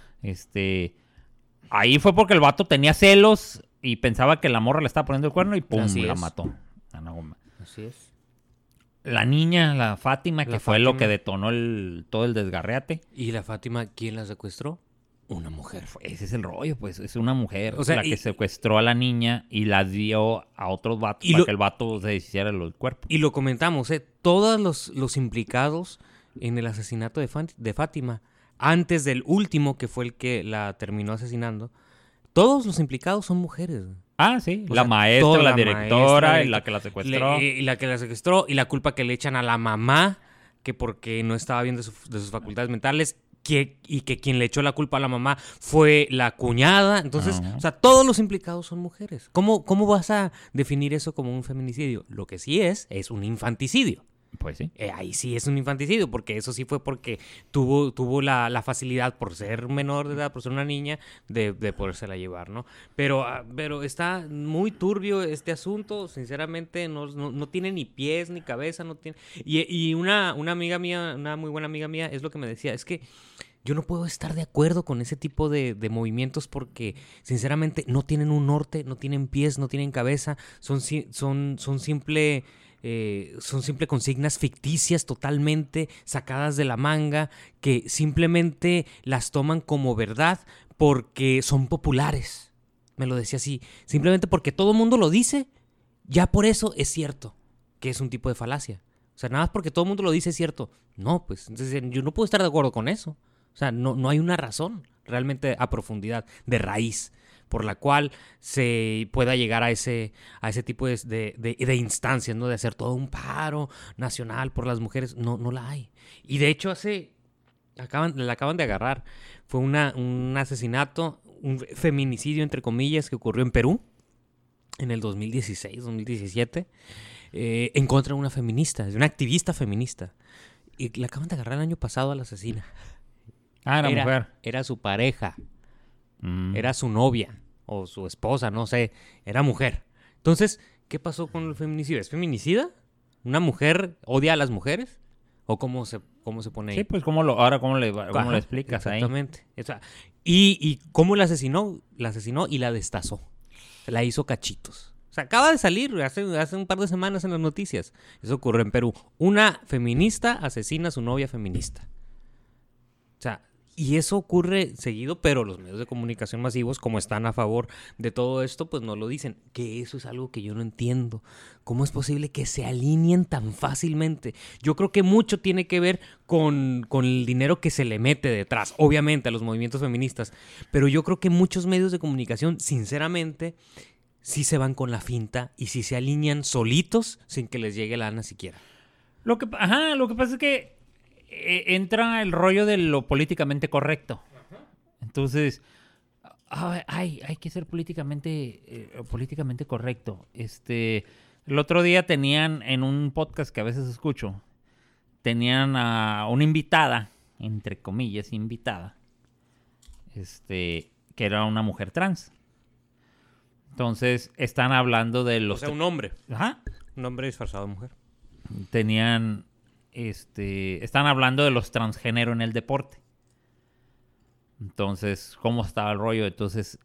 Ahí fue porque el vato tenía celos y pensaba que la morra le estaba poniendo el cuerno y ¡pum! La mató. Así es. La niña, la Fátima, que fue lo que detonó todo el desgarreate. ¿Y la Fátima quién la secuestró? Una mujer. Ese es el rollo, pues. Es una mujer, o sea, la que secuestró a la niña y la dio a otros vatos para que el vato se deshiciera del cuerpo. Y lo comentamos, todos los implicados en el asesinato de Fátima, antes del último, que fue el que la terminó asesinando, todos los implicados son mujeres. Ah, sí. La maestra, la directora, y la que la secuestró. Y la que la secuestró, y la culpa que le echan a la mamá, que porque no estaba bien de sus facultades mentales, y que quien le echó la culpa a la mamá fue la cuñada. Entonces, o sea, todos los implicados son mujeres. ¿Cómo vas a definir eso como un feminicidio? Lo que sí es un infanticidio. Pues sí. Ahí sí es un infanticidio, porque eso sí fue porque tuvo la facilidad, por ser menor de edad, por ser una niña, de podérsela llevar, ¿no? Pero está muy turbio este asunto, sinceramente, no tiene ni pies ni cabeza, no tiene... Y una amiga mía, una muy buena amiga mía, es lo que me decía, es que yo no puedo estar de acuerdo con ese tipo de movimientos porque, sinceramente, no tienen un norte, no tienen pies, no tienen cabeza, son simple consignas ficticias totalmente sacadas de la manga que simplemente las toman como verdad porque son populares. Me lo decía así. Simplemente porque todo el mundo lo dice, ya por eso es cierto, que es un tipo de falacia. O sea, nada más porque todo el mundo lo dice es cierto. No, pues entonces yo no puedo estar de acuerdo con eso. O sea, no hay una razón realmente a profundidad, de raíz. por la cual se pueda llegar a ese tipo de instancias, ¿no? De hacer todo un paro nacional por las mujeres. No la hay. Y de hecho la acaban de agarrar. Fue un asesinato, un feminicidio, entre comillas, que ocurrió en Perú en el 2016, 2017, en contra de una feminista, de una activista feminista. Y la acaban de agarrar el año pasado a la asesina. Era mujer. Era su pareja. Era su novia o su esposa, no sé. Era mujer. Entonces, ¿qué pasó con el feminicidio? ¿Es feminicida? ¿Una mujer odia a las mujeres? ¿O cómo se pone ahí? Sí, pues ¿cómo le explicas ahí? Exactamente. ¿Y cómo la asesinó? La asesinó y la destazó. La hizo cachitos. O sea, acaba de salir hace un par de semanas en las noticias. Eso ocurrió en Perú. Una feminista asesina a su novia feminista. O sea, y eso ocurre seguido, pero los medios de comunicación masivos, como están a favor de todo esto, pues no lo dicen. Que eso es algo que yo no entiendo. ¿Cómo es posible que se alineen tan fácilmente? Yo creo que mucho tiene que ver con el dinero que se le mete detrás, obviamente, a los movimientos feministas. Pero yo creo que muchos medios de comunicación, sinceramente, sí se van con la finta y sí se alinean solitos sin que les llegue la lana siquiera. Lo que pasa es que entra el rollo de lo políticamente correcto. Entonces, hay que ser políticamente correcto. El otro día tenían en un podcast que a veces escucho, tenían a una invitada, entre comillas, invitada, que era una mujer trans. Entonces, están hablando de los... O sea, un hombre. Ajá. Un hombre disfrazado de mujer. Están hablando de los transgénero en el deporte. Entonces, ¿cómo estaba el rollo? Entonces,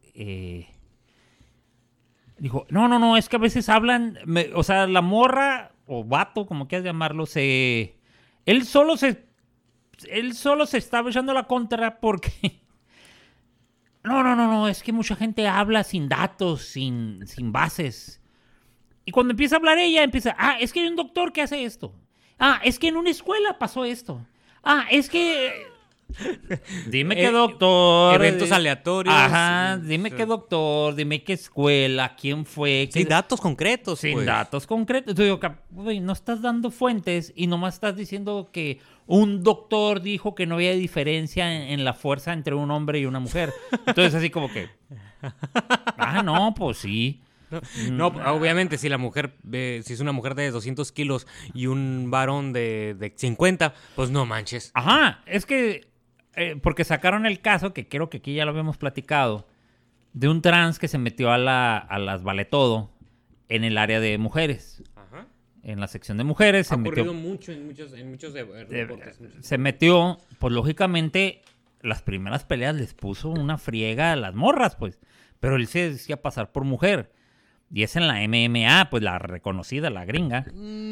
dijo, no, es que a veces hablan, o sea, la morra, o vato, como quieras llamarlo, él solo se estaba echando la contra porque... No, es que mucha gente habla sin datos, sin bases. Y cuando empieza a hablar ella, es que hay un doctor que hace esto. Es que en una escuela pasó esto. Es que... Dime qué doctor. Eventos aleatorios. Ajá, dime qué doctor, dime qué escuela, quién fue. Sin datos concretos. Sin datos concretos. Entonces digo, no estás dando fuentes y nomás estás diciendo que un doctor dijo que no había diferencia en la fuerza entre un hombre y una mujer. Entonces así como que... no, pues sí. No, obviamente, si es una mujer de 200 kilos y un varón de 50, pues no manches. Ajá, es que, porque sacaron el caso, que creo que aquí ya lo habíamos platicado, de un trans que se metió a las Vale Todo en el área de mujeres. Ajá. En la sección de mujeres. Ha ocurrido mucho en muchos deportes. Se metió, pues lógicamente, las primeras peleas les puso una friega a las morras, pues. Pero él se decía pasar por mujer. Y es en la MMA, pues la reconocida, la gringa.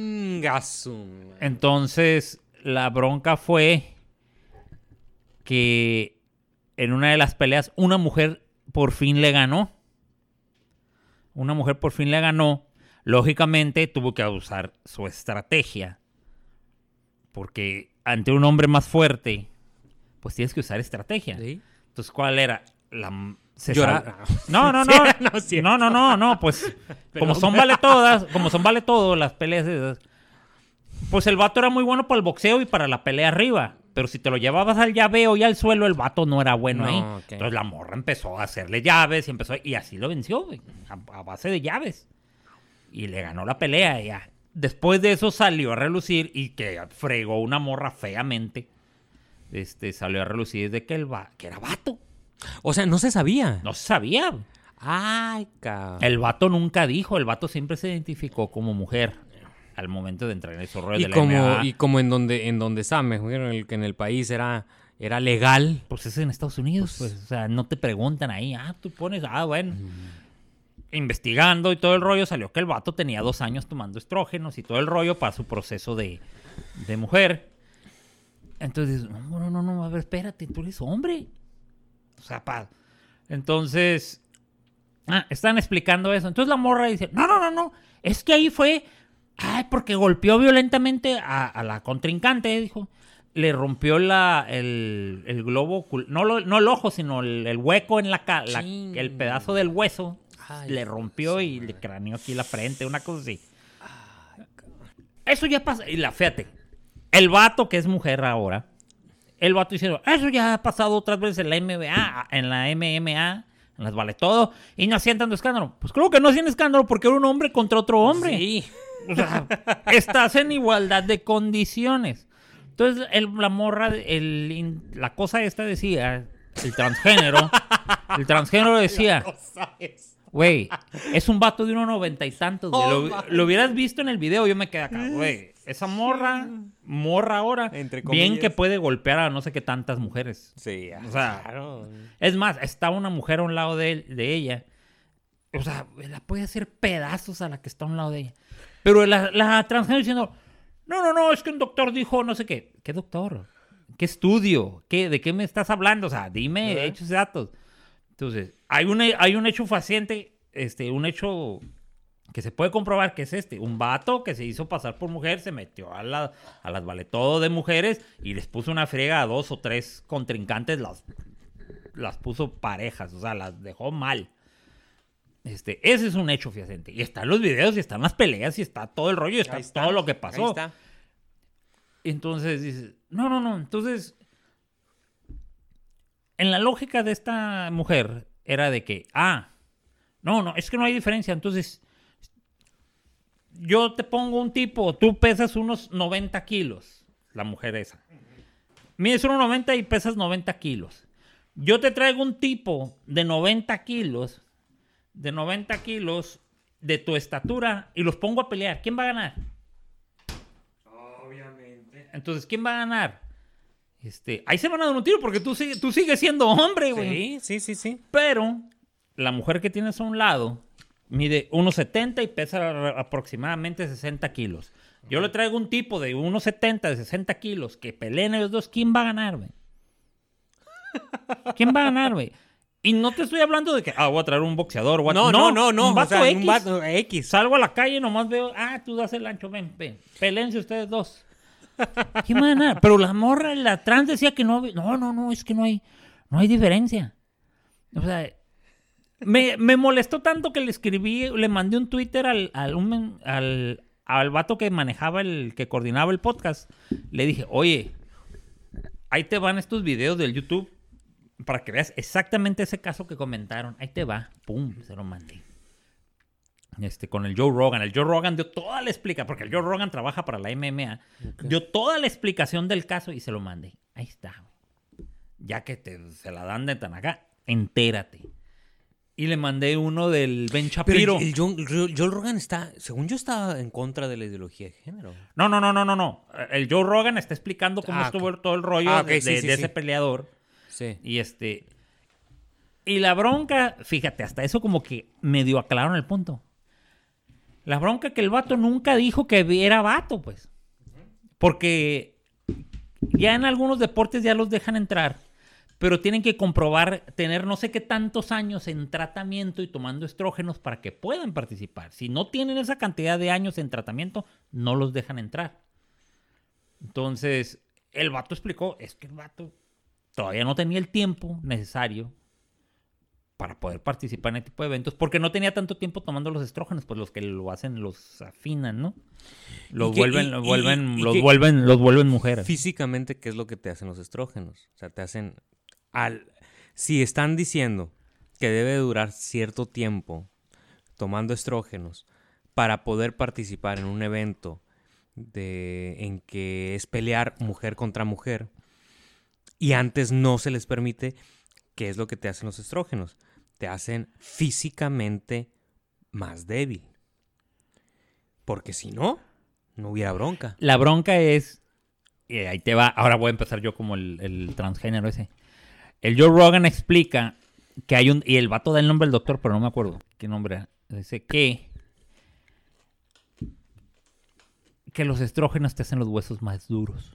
Entonces, la bronca fue que en una de las peleas una mujer por fin le ganó. Lógicamente tuvo que usar su estrategia. Porque ante un hombre más fuerte, pues tienes que usar estrategia. ¿Sí? Entonces, ¿cuál era? Llorar. No, pues como son vale todo las peleas esas, pues el vato era muy bueno para el boxeo y para la pelea arriba, pero si te lo llevabas al llaveo y al suelo, el vato no era bueno ahí. Okay. Entonces la morra empezó a hacerle llaves y así lo venció, güey, a base de llaves, y le ganó la pelea. Ya. Después de eso salió a relucir y que fregó una morra feamente. Salió a relucir de que era vato. O sea, no se sabía. No se sabía. Ay, cabrón. El vato nunca dijo. El vato siempre se identificó como mujer al momento de entrar en esos rollos de la MMA. Y como en donde está, me dijeron que en el país era legal. Pues es en Estados Unidos, pues. O sea, no te preguntan ahí. Tú pones, bueno. Investigando y todo el rollo, salió que el vato tenía 2 años tomando estrógenos y todo el rollo para su proceso de mujer. Entonces, no, a ver, espérate, tú eres hombre. O sea, entonces, están explicando eso. Entonces la morra dice, no, es que ahí fue, porque golpeó violentamente a la contrincante, dijo. le rompió el globo, no el ojo, sino el hueco en el pedazo del hueso. Ay, le rompió y le craneó aquí la frente, una cosa así. Eso ya pasa. Y fíjate, el vato que es mujer ahora, el vato diciendo, eso ya ha pasado otras veces en la MMA, en las vale todo, y no hacían tanto escándalo. Pues creo que no hacían escándalo porque era un hombre contra otro hombre. Sí. O sea, estás en igualdad de condiciones. Entonces, la morra, la cosa esta decía, el transgénero decía, güey, es un vato de 1.90 y tantos, güey. Lo hubieras visto en el video, yo me quedé acá, güey. Esa morra ahora, Entre bien comillas. que puede golpear a no sé qué tantas mujeres. Sí, O sea, claro. Es más, estaba una mujer a un lado de ella. O sea, la puede hacer pedazos a la que está a un lado de ella. Pero la transgénero diciendo, no, es que un doctor dijo no sé qué. ¿Qué doctor? ¿Qué estudio? ¿De qué me estás hablando? O sea, dime hechos y datos. Entonces, hay un hecho faciente, un hecho que se puede comprobar que es un vato que se hizo pasar por mujer, se metió a las vale todo de mujeres y les puso una friega a 2 o 3 contrincantes, las puso parejas, o sea, las dejó mal. Ese es un hecho fehaciente. Y están los videos, y están las peleas, y está todo el rollo, y está todo lo que pasó. Ahí está. Entonces dices, no. Entonces, en la lógica de esta mujer era de que, no, es que no hay diferencia. Entonces, yo te pongo un tipo, tú pesas unos 90 kilos, la mujer esa. Mides 1.90 y pesas 90 kilos. Yo te traigo un tipo de 90 kilos de tu estatura y los pongo a pelear. ¿Quién va a ganar? Obviamente. Entonces, ¿quién va a ganar? Ahí se van a dar un tiro porque tú sigues siendo hombre, güey. Sí. Pero la mujer que tienes a un lado mide 1.70 y pesa aproximadamente 60 kilos. Yo le traigo un tipo de 1.70, de 60 kilos, que peleen ellos dos. ¿Quién va a ganar, güey? ¿Quién va a ganar, güey? Y no te estoy hablando de que, voy a traer un boxeador. No. Un vato, o sea, X. un vato X. Salgo a la calle y nomás veo, tú das el ancho, ven. Peleense ustedes dos. ¿Quién va a ganar? Pero la morra, la trans decía que no, es que no hay diferencia. O sea, me molestó tanto que le mandé un Twitter al vato que manejaba que coordinaba el podcast. Le dije, oye, ahí te van estos videos del YouTube para que veas exactamente ese caso que comentaron. Ahí te va. Pum, se lo mandé. Con el Joe Rogan. El Joe Rogan dio toda la explicación, porque el Joe Rogan trabaja para la MMA. Okay. Dio toda la explicación del caso y se lo mandé. Ahí está. Ya que se la dan de tan acá, entérate. Y le mandé uno del Ben Shapiro. Pero el Joe Rogan según yo, estaba en contra de la ideología de género. No. El Joe Rogan está explicando cómo estuvo todo el rollo de ese peleador. Sí. Y la bronca, fíjate, hasta eso como que medio aclararon el punto. La bronca que el vato nunca dijo que era vato, pues. Porque ya en algunos deportes ya los dejan entrar, pero tienen que comprobar tener no sé qué tantos años en tratamiento y tomando estrógenos para que puedan participar. Si no tienen esa cantidad de años en tratamiento, no los dejan entrar. Entonces, el vato explicó, es que el vato todavía no tenía el tiempo necesario para poder participar en este tipo de eventos, porque no tenía tanto tiempo tomando los estrógenos, pues los que lo hacen los afinan, ¿no? Los vuelven mujeres. Físicamente, ¿qué es lo que te hacen los estrógenos? O sea, te hacen... Si están diciendo que debe durar cierto tiempo tomando estrógenos para poder participar en un evento en que es pelear mujer contra mujer, y antes no se les permite, ¿qué es lo que te hacen los estrógenos? Te hacen físicamente más débil. Porque si no hubiera bronca. La bronca es, y ahí te va, ahora voy a empezar yo como el transgénero ese. El Joe Rogan explica que hay y el vato da el nombre del doctor, pero no me acuerdo qué nombre era. Dice que los estrógenos te hacen los huesos más duros.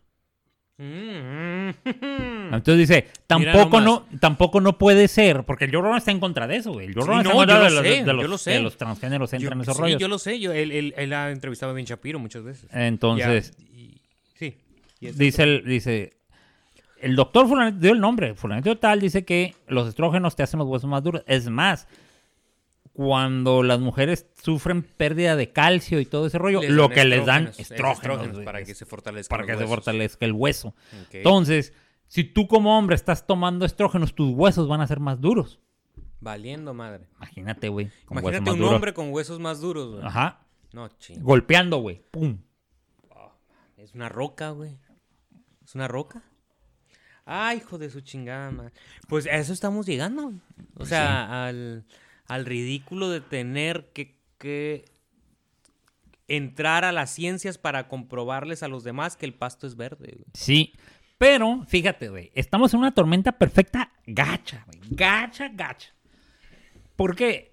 Entonces dice, tampoco no puede ser, porque el Joe Rogan está en contra de eso, güey. El Joe Rogan está en contra de los transgéneros entran en esos rollos. Yo lo sé, él ha entrevistado a Ben Shapiro muchas veces. Entonces, sí. Dice, el doctor fulanito, dio el nombre, fulanito tal, dice que los estrógenos te hacen los huesos más duros. Es más, cuando las mujeres sufren pérdida de calcio y todo ese rollo, lo que les dan estrógenos para que se fortalezca el hueso. Okay. Entonces, si tú como hombre estás tomando estrógenos, tus huesos van a ser más duros. Valiendo madre. Imagínate, güey. Imagínate un hombre con huesos más duros, güey. Ajá. No, ching. Golpeando, güey. Pum. Es una roca, güey. ¿Es una roca? Ay, hijo de su chingada, madre. Pues a eso estamos llegando. O sea, sí. al ridículo de tener que entrar a las ciencias para comprobarles a los demás que el pasto es verde, güey. Sí, pero fíjate, güey, estamos en una tormenta perfecta gacha, güey. Gacha. Porque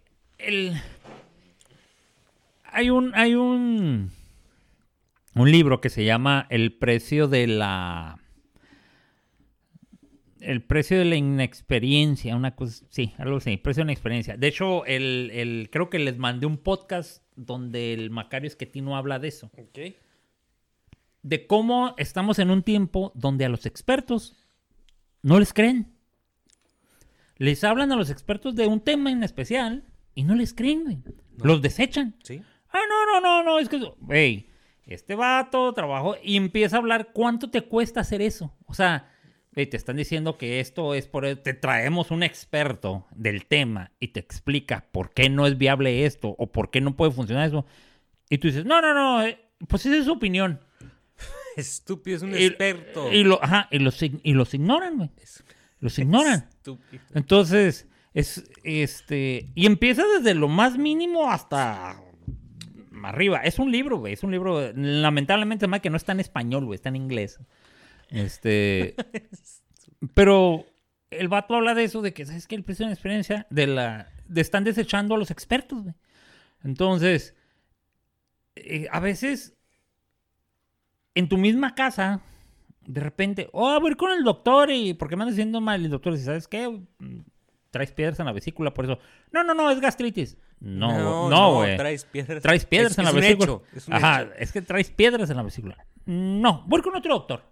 hay un libro que se llama El precio de la inexperiencia, una cosa, sí, algo así, precio de la inexperiencia. De hecho, creo que les mandé un podcast donde el Macario Esquetino habla de eso. Ok. De cómo estamos en un tiempo donde a los expertos no les creen. Les hablan a los expertos de un tema en especial y no les creen, güey. No. Los desechan. Sí. No, es que... Güey, este vato trabajó y empieza a hablar cuánto te cuesta hacer eso. O sea, güey, te están diciendo que esto es por... Te traemos un experto del tema y te explica por qué no es viable esto o por qué no puede funcionar eso. Y tú dices, no, pues esa es su opinión. Estúpido, es un experto. Y los ignoran, güey. Los ignoran. Estúpido. Entonces, y empieza desde lo más mínimo hasta arriba. Es un libro, güey. Es un libro, lamentablemente, más que no está en español, güey. Está en inglés. Pero el vato habla de eso, de que, ¿sabes qué? El precio de la experiencia están desechando a los expertos, güey. Entonces, a veces, en tu misma casa, de repente, voy a ir con el doctor y ¿por qué me anda diciendo mal? El doctor dice, ¿sabes qué? Traes piedras en la vesícula, por eso. No, es gastritis. No, güey. Traes piedras En la vesícula. Es un Ajá, hecho. es que traes piedras en la vesícula. No, voy con otro doctor.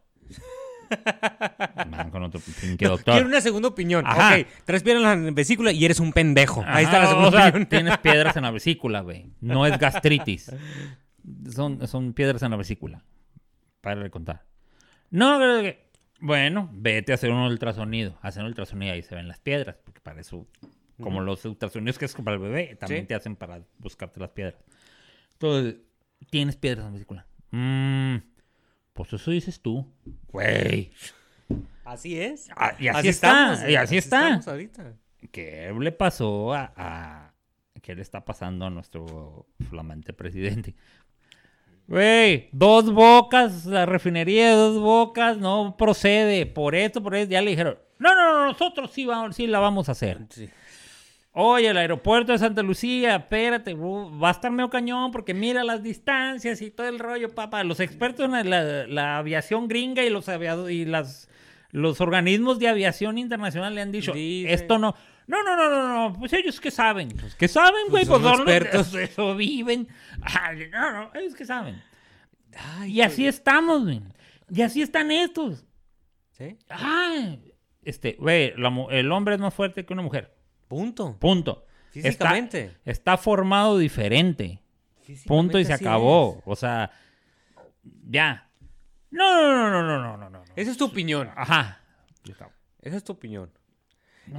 Con otro pinche doctor. Quiero una segunda opinión. Ajá. Ok, traes piedras en la vesícula y eres un pendejo. Ahí está la segunda opinión. Tienes piedras en la vesícula, güey. No es gastritis. Son piedras en la vesícula. Para de contar. No, bueno, vete a hacer un ultrasonido. Hacen un ultrasonido y ahí se ven las piedras. Porque para eso, como los ultrasonidos que es para el bebé, también te hacen para buscarte las piedras. Entonces, tienes piedras en la vesícula. Pues eso dices tú. Güey. Así es. Y así está. Estamos, y así está. Estamos ahorita. ¿Qué le pasó ¿Qué le está pasando a nuestro flamante presidente? Güey, 2 Bocas, la refinería de 2 Bocas no procede. Por esto, ya le dijeron, no, nosotros sí la vamos a hacer. Sí. Oye, el aeropuerto de Santa Lucía, espérate, va a estar medio cañón porque mira las distancias y todo el rollo, papá. Los expertos en la aviación gringa y los organismos de aviación internacional le han dicho, esto no... No, pues ellos que saben. Pues que saben, güey, pues son expertos. Eso viven. No, ellos que saben. Ay, y así estamos, güey. Y así están estos. ¿Sí? Güey, el hombre es más fuerte que una mujer. Punto. Físicamente. Está formado diferente. Punto y se acabó. O sea, ya. No. Esa es tu opinión. Ajá. Esa es tu opinión. No.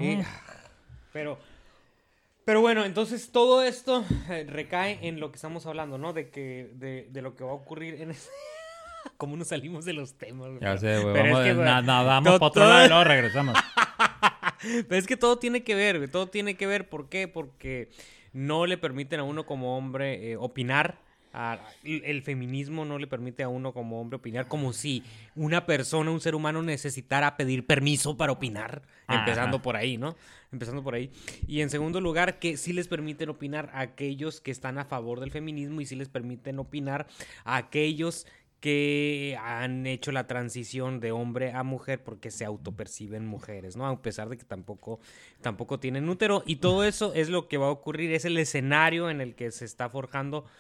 Pero bueno, entonces todo esto recae en lo que estamos hablando, ¿no? De lo que va a ocurrir en ¿Cómo nos salimos de los temas? Güey? Ya sé, güey. Pero Nadamos para otro lado y luego regresamos. Pero es que todo tiene que ver, güey. Todo tiene que ver. ¿Por qué? Porque no le permiten a uno como hombre opinar. El feminismo no le permite a uno como hombre opinar, como si una persona, un ser humano necesitara pedir permiso para opinar, empezando por ahí, ¿no? Empezando por ahí. Y en segundo lugar, que sí les permiten opinar a aquellos que están a favor del feminismo y sí les permiten opinar a aquellos que han hecho la transición de hombre a mujer porque se autoperciben mujeres, ¿no? A pesar de que tampoco tienen útero. Y todo eso es lo que va a ocurrir, es el escenario en el que se está forjando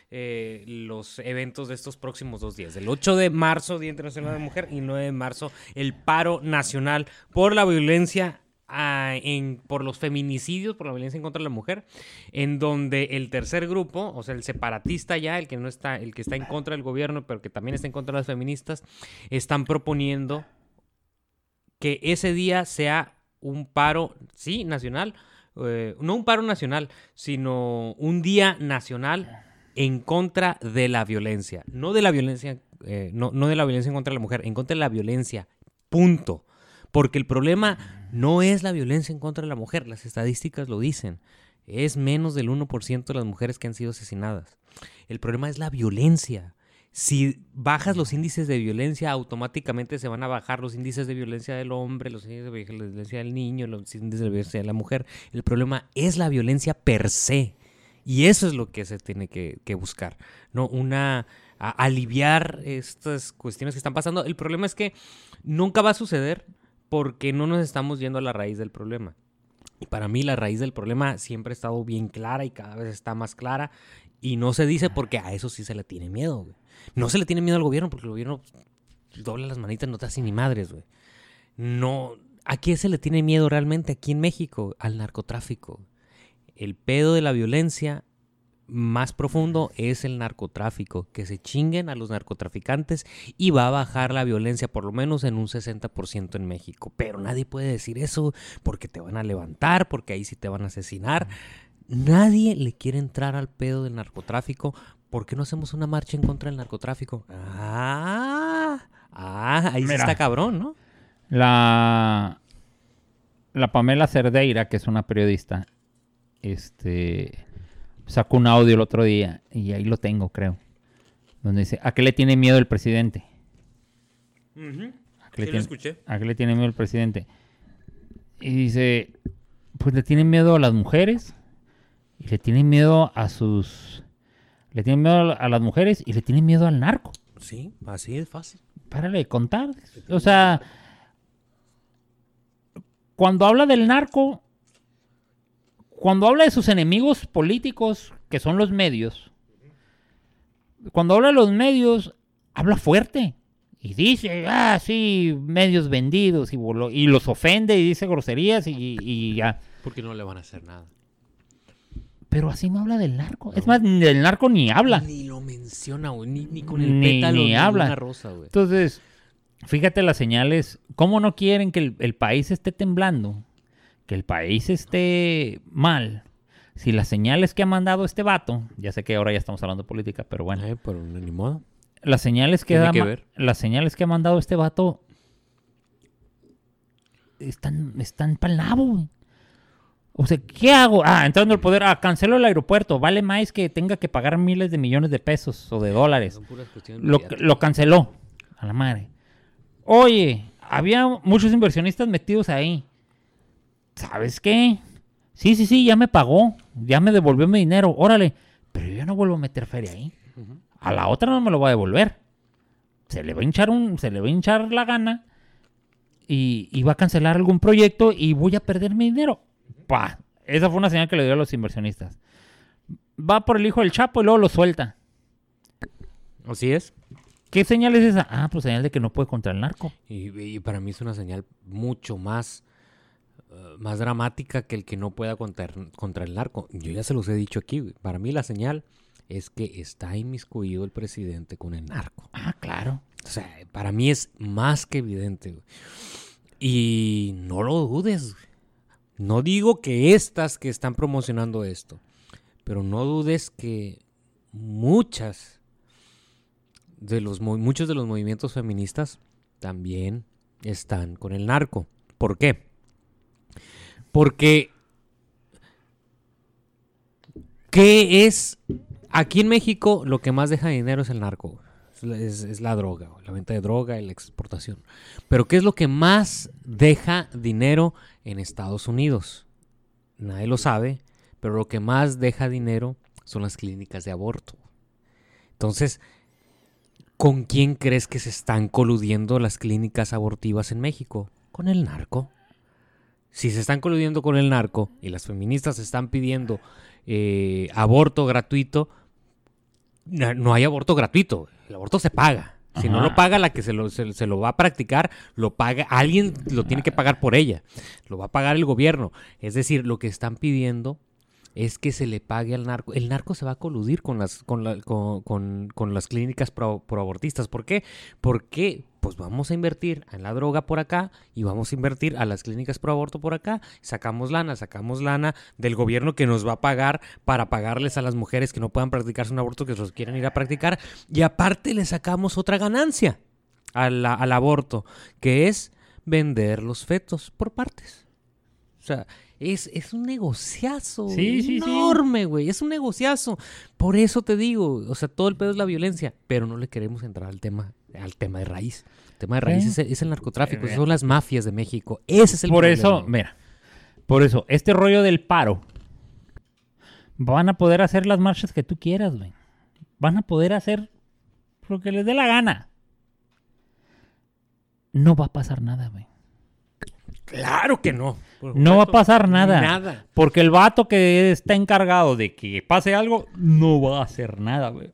los eventos de estos próximos 2 días. El 8 de marzo, Día Internacional de la Mujer, y 9 de marzo, el paro nacional por la violencia, por los feminicidios, por la violencia en contra de la mujer, en donde el tercer grupo, o sea, el separatista ya, el que está en contra del gobierno, pero que también está en contra de las feministas, están proponiendo que ese día sea un paro, sí, nacional, no un paro nacional, sino un día nacional en contra de la violencia. No de la violencia, no de la violencia en contra de la mujer, en contra de la violencia, punto. Porque el problema no es la violencia en contra de la mujer, las estadísticas lo dicen. Es menos del 1% de las mujeres que han sido asesinadas. El problema es la violencia. Si bajas los índices de violencia, automáticamente se van a bajar los índices de violencia del hombre, los índices de violencia del niño, los índices de violencia de la mujer. El problema es la violencia per se. Y eso es lo que se tiene que buscar, ¿no? Aliviar estas cuestiones que están pasando. El problema es que nunca va a suceder porque no nos estamos yendo a la raíz del problema. Y para mí la raíz del problema siempre ha estado bien clara y cada vez está más clara. Y no se dice porque a eso sí se le tiene miedo, güey. No se le tiene miedo al gobierno porque el gobierno dobla las manitas, no te hace ni madres, güey. No, ¿a qué se le tiene miedo realmente aquí en México? Al narcotráfico. El pedo de la violencia más profundo es el narcotráfico. Que se chinguen a los narcotraficantes y va a bajar la violencia por lo menos en un 60% en México. Pero nadie puede decir eso porque te van a levantar, porque ahí sí te van a asesinar. Nadie le quiere entrar al pedo del narcotráfico. ¿Por qué no hacemos una marcha en contra del narcotráfico? Ahí sí está cabrón, ¿no? La Pamela Cerdeira, que es una periodista, sacó un audio el otro día, y ahí lo tengo, creo, donde dice, ¿a qué le tiene miedo el presidente? Uh-huh. Sí, lo escuché. ¿A qué le tiene miedo el presidente? Y dice, pues le tienen miedo a las mujeres, y le tienen miedo le tienen miedo a las mujeres, y le tienen miedo al narco. Sí, así es fácil. Párale de contar. O sea, cuando habla del narco, cuando habla de sus enemigos políticos, que son los medios, cuando habla de los medios, habla fuerte. Y dice, sí, medios vendidos, y los ofende y dice groserías y ya. Porque no le van a hacer nada. Pero así no habla del narco. No. Es más, del narco ni habla. Ni lo menciona, güey. Ni con el pétalo ni habla. Una rosa, güey. Entonces, fíjate las señales. ¿Cómo no quieren que el país esté temblando? Que el país esté mal. Si las señales que ha mandado este vato, ya sé que ahora ya estamos hablando de política, pero bueno. Pero ni modo. Las señales que ha mandado este vato están pa'l nabo, güey. O sea, ¿qué hago? Entrando al poder, cancelo el aeropuerto. Vale más que tenga que pagar miles de millones de pesos o de dólares. Lo canceló. A la madre. Oye, había muchos inversionistas metidos ahí. ¿Sabes qué? Sí, ya me pagó. Ya me devolvió mi dinero. Órale. Pero yo no vuelvo a meter feria ahí. Uh-huh. A la otra no me lo va a devolver. Se le va a hinchar la gana. Y va a cancelar algún proyecto y voy a perder mi dinero. Esa fue una señal que le dio a los inversionistas. Va por el hijo del Chapo y luego lo suelta. Así es. ¿Qué señal es esa? Pues señal de que no puede contra el narco. Y para mí es una señal mucho más dramática que el que no pueda contra el narco. Yo ya se los he dicho aquí, güey. Para mí la señal es que está inmiscuido el presidente con el narco. Claro. O sea, para mí es más que evidente, güey. Y no lo dudes, güey. No digo que estas que están promocionando esto, pero no dudes que muchos de los movimientos feministas también están con el narco. ¿Por qué? Porque ¿qué es? Aquí en México lo que más deja dinero es el narco. Es la droga, la venta de droga y la exportación. Pero ¿qué es lo que más deja dinero en Estados Unidos? Nadie lo sabe, pero lo que más deja dinero son las clínicas de aborto. Entonces, ¿con quién crees que se están coludiendo las clínicas abortivas en México? Con el narco. Si se están coludiendo con el narco y las feministas están pidiendo aborto gratuito, no hay aborto gratuito. El aborto se paga. Si no lo paga la que se lo va a practicar, lo paga, alguien lo tiene que pagar por ella. Lo va a pagar el gobierno. Es decir, lo que están pidiendo es que se le pague al narco. El narco se va a coludir con las clínicas proabortistas. ¿Por qué? Porque pues vamos a invertir en la droga por acá y vamos a invertir a las clínicas proaborto por acá. Sacamos lana del gobierno que nos va a pagar para pagarles a las mujeres que no puedan practicarse un aborto, que los quieren ir a practicar. Y aparte le sacamos otra ganancia al aborto, que es vender los fetos por partes. O sea, es un negociazo enorme, güey. Es un negociazo. Por eso te digo, o sea, todo el pedo es la violencia, pero no le queremos entrar al tema de raíz. El tema de raíz es el narcotráfico, son las mafias de México. Ese es el por problema. Eso, mira, por eso, este rollo del paro, van a poder hacer las marchas que tú quieras, güey. Van a poder hacer lo que les dé la gana. No va a pasar nada, güey. Claro que no. No va a pasar nada. Nada. Porque el vato que está encargado de que pase algo, no va a hacer nada, güey.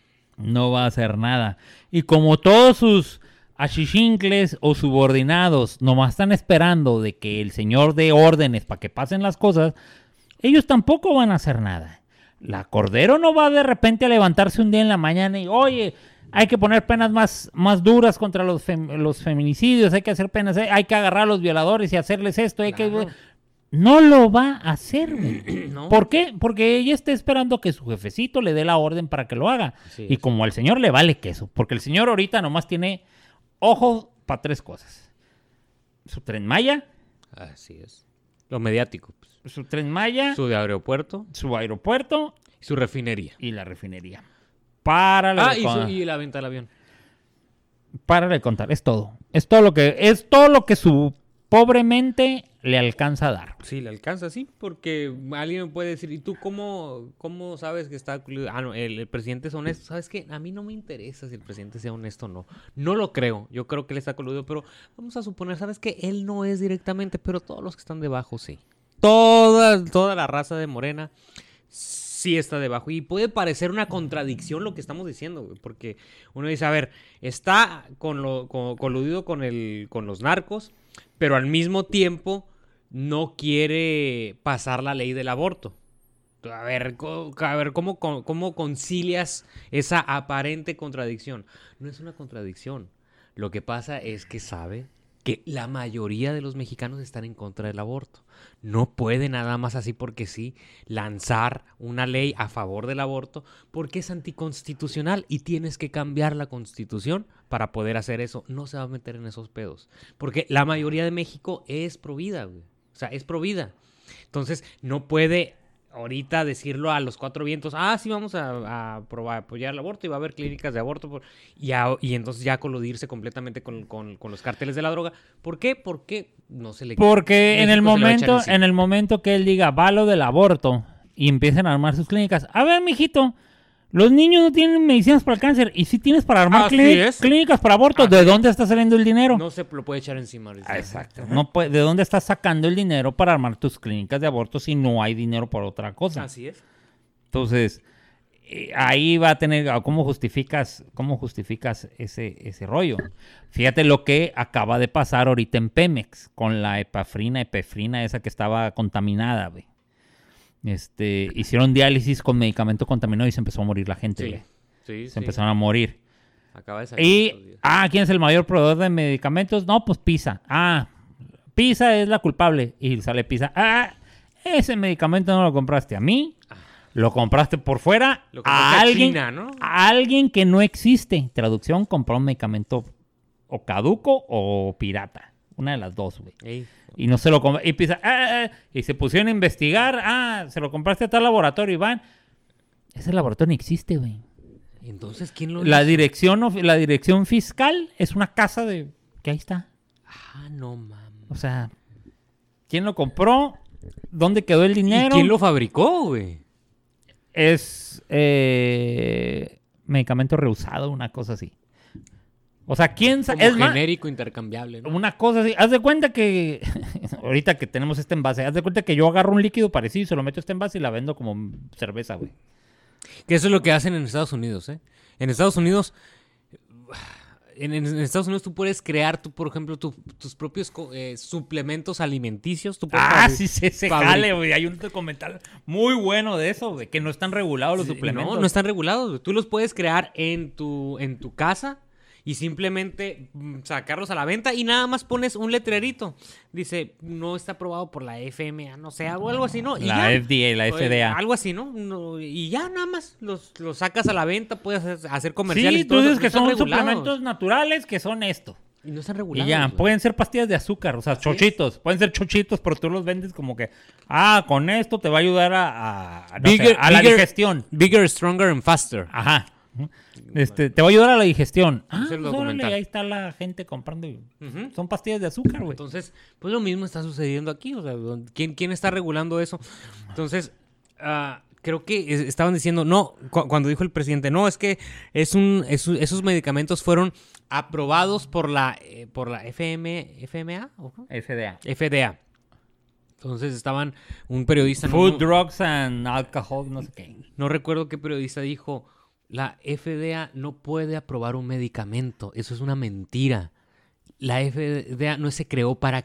No va a hacer nada. Y como todos sus achichincles o subordinados nomás están esperando de que el señor dé órdenes para que pasen las cosas, ellos tampoco van a hacer nada. La Cordero no va de repente a levantarse un día en la mañana y, oye, hay que poner penas más duras contra los feminicidios, hay que hacer penas, hay que agarrar a los violadores y hacerles esto, Claro. No lo va a hacer, güey. No. ¿Por qué? Porque ella está esperando que su jefecito le dé la orden para que lo haga. Así Y es. como al señor le vale queso, porque el señor ahorita nomás tiene ojos para 3 cosas. Su Tren Maya, Así es. Lo mediático. Pues. su Tren Maya, Su de aeropuerto su aeropuerto y su refinería. y la refinería. Párale Y la venta del avión. Párale de contar, es todo. Es todo lo que su pobre mente le alcanza a dar. Sí, le alcanza, sí, porque alguien me puede decir, ¿y tú cómo sabes que está coludido? Ah, no, el presidente es honesto. ¿Sabes qué? A mí no me interesa si el presidente sea honesto o no. No lo creo. Yo creo que él está coludido, pero vamos a suponer, ¿sabes qué? Él no es directamente, pero todos los que están debajo, sí. Toda la raza de Morena sí está debajo. Y puede parecer una contradicción lo que estamos diciendo, güey, porque uno dice, a ver, está coludido con los narcos, pero al mismo tiempo no quiere pasar la ley del aborto. A ver cómo concilias esa aparente contradicción. No es una contradicción. Lo que pasa es que sabe que la mayoría de los mexicanos están en contra del aborto. No puede nada más así porque sí lanzar una ley a favor del aborto porque es anticonstitucional y tienes que cambiar la constitución para poder hacer eso. No se va a meter en esos pedos porque la mayoría de México es pro vida, güey. O sea, es pro vida. Entonces no puede ahorita decirlo a los 4 vientos, sí, vamos a apoyar el aborto y va a haber clínicas de aborto y entonces ya coludirse completamente con los cárteles de la droga. ¿Por qué? Porque no se le... Porque en el México se le va a echar momento, encima. en el momento que él diga va lo del aborto y empiecen a armar sus clínicas, a ver, mijito, los niños no tienen medicinas para el cáncer y sí tienes para armar Así es. clínicas para aborto. ¿De dónde está saliendo el dinero? No se lo puede echar encima. Exacto. No puede, ¿de dónde estás sacando el dinero para armar tus clínicas de aborto si no hay dinero para otra cosa? Así es. Entonces, ahí va a tener... ¿Cómo justificas ese rollo? Fíjate lo que acaba de pasar ahorita en Pemex con la epefrina esa que estaba contaminada, güey. Hicieron diálisis con medicamento contaminado y se empezó a morir la gente, güey. Sí. Se empezaron a morir. Acaba de salir estos Y, días. ¿quién es el mayor proveedor de medicamentos? No, pues Pisa. Pisa es la culpable. Y sale Pisa. Ese medicamento no lo compraste a mí. Lo compraste por fuera Lo compraste a a alguien, China, ¿no? a alguien que no existe. Traducción, compró un medicamento o caduco o pirata. Una de las dos, güey. Ey. Y no se lo compró. Y Pisa, y se pusieron a investigar. Se lo compraste a tal laboratorio, Iván. Ese laboratorio no existe, güey. Entonces, ¿quién lo La hizo? dirección fiscal es una casa que ahí está. No mames. O sea, ¿quién lo compró? ¿Dónde quedó el ¿Y dinero? quién lo fabricó, güey? Es medicamento rehusado, una cosa así. O sea, ¿quién sabe? Como Es más, genérico intercambiable, ¿no? una cosa así. Haz de cuenta que, ahorita que tenemos este envase, haz de cuenta que yo agarro un líquido parecido y se lo meto a este envase y la vendo como cerveza, güey. Que eso es lo que hacen en Estados Unidos, ¿eh? En Estados Unidos... En Estados Unidos tú puedes crear, por ejemplo, tus propios suplementos alimenticios. Tú puedes Sí, se jale, güey. Hay un documental muy bueno de eso, güey, que no están regulados los suplementos. No están regulados, güey. Tú los puedes crear en tu casa y simplemente sacarlos a la venta y nada más pones un letrerito. Dice, no está aprobado por la FMA, no sé, algo así, ¿no? Y la ya, FDA, la FDA. Algo así, ¿no? Y ya nada más los sacas a la venta, puedes hacer comerciales. Sí, tú dices que son suplementos naturales, que son esto. Y no están regulados. Y ya, pueden ser pastillas de azúcar, o sea, así chochitos. Pueden ser chochitos, pero tú los vendes como que, con esto te va a ayudar a la digestión. Bigger, stronger and faster. Ajá. Te va a ayudar a la digestión. Pues órale, ahí está la gente comprando. Son pastillas de azúcar, güey. Entonces, pues lo mismo está sucediendo aquí. O sea, ¿quién está regulando eso? Entonces, creo que estaban diciendo, no, cuando dijo el presidente, no, es que esos medicamentos fueron aprobados por la FMA. FDA. Entonces un periodista... Food, Drugs and Alcohol, no sé qué. No recuerdo qué periodista dijo, la FDA no puede aprobar un medicamento. Eso es una mentira. La FDA no se creó para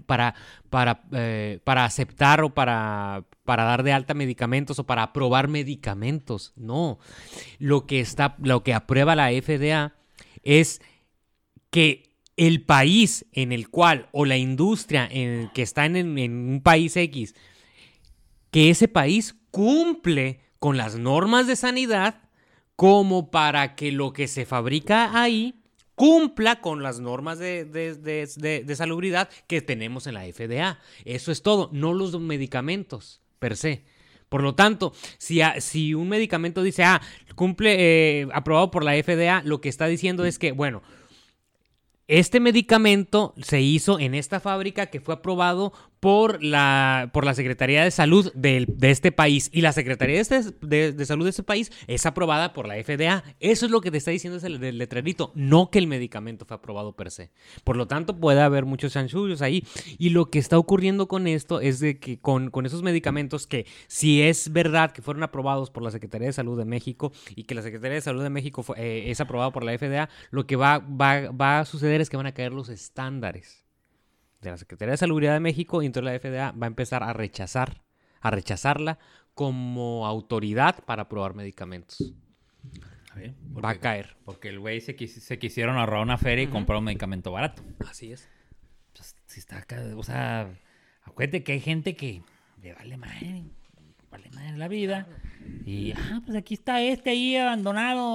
aceptar o para dar de alta medicamentos o para aprobar medicamentos. No. Lo que aprueba la FDA es que el país en el cual, o la industria que está en un país X, que ese país cumple con las normas de sanidad como para que lo que se fabrica ahí cumpla con las normas de salubridad que tenemos en la FDA. Eso es todo, no los medicamentos per se. Por lo tanto, si un medicamento dice, cumple, aprobado por la FDA, lo que está diciendo es que, bueno, este medicamento se hizo en esta fábrica que fue aprobado por la Secretaría de Salud de este país. Y la Secretaría de Salud de este país es aprobada por la FDA. Eso es lo que te está diciendo ese letrerito. No que el medicamento fue aprobado per se. Por lo tanto, puede haber muchos chanchullos ahí. Y lo que está ocurriendo con esto es de que con esos medicamentos que si es verdad que fueron aprobados por la Secretaría de Salud de México y que la Secretaría de Salud de México es aprobada por la FDA, lo que va a suceder es que van a caer los estándares de la Secretaría de Salubridad de México y entonces la FDA va a empezar a rechazarla como autoridad para aprobar medicamentos. Va a caer. Porque el güey se quisieron ahorrar una feria y comprar un medicamento barato. Así es. Pues, si está acá, o sea, acuérdate que hay gente que le vale madre la vida. Y, pues aquí está ahí abandonado.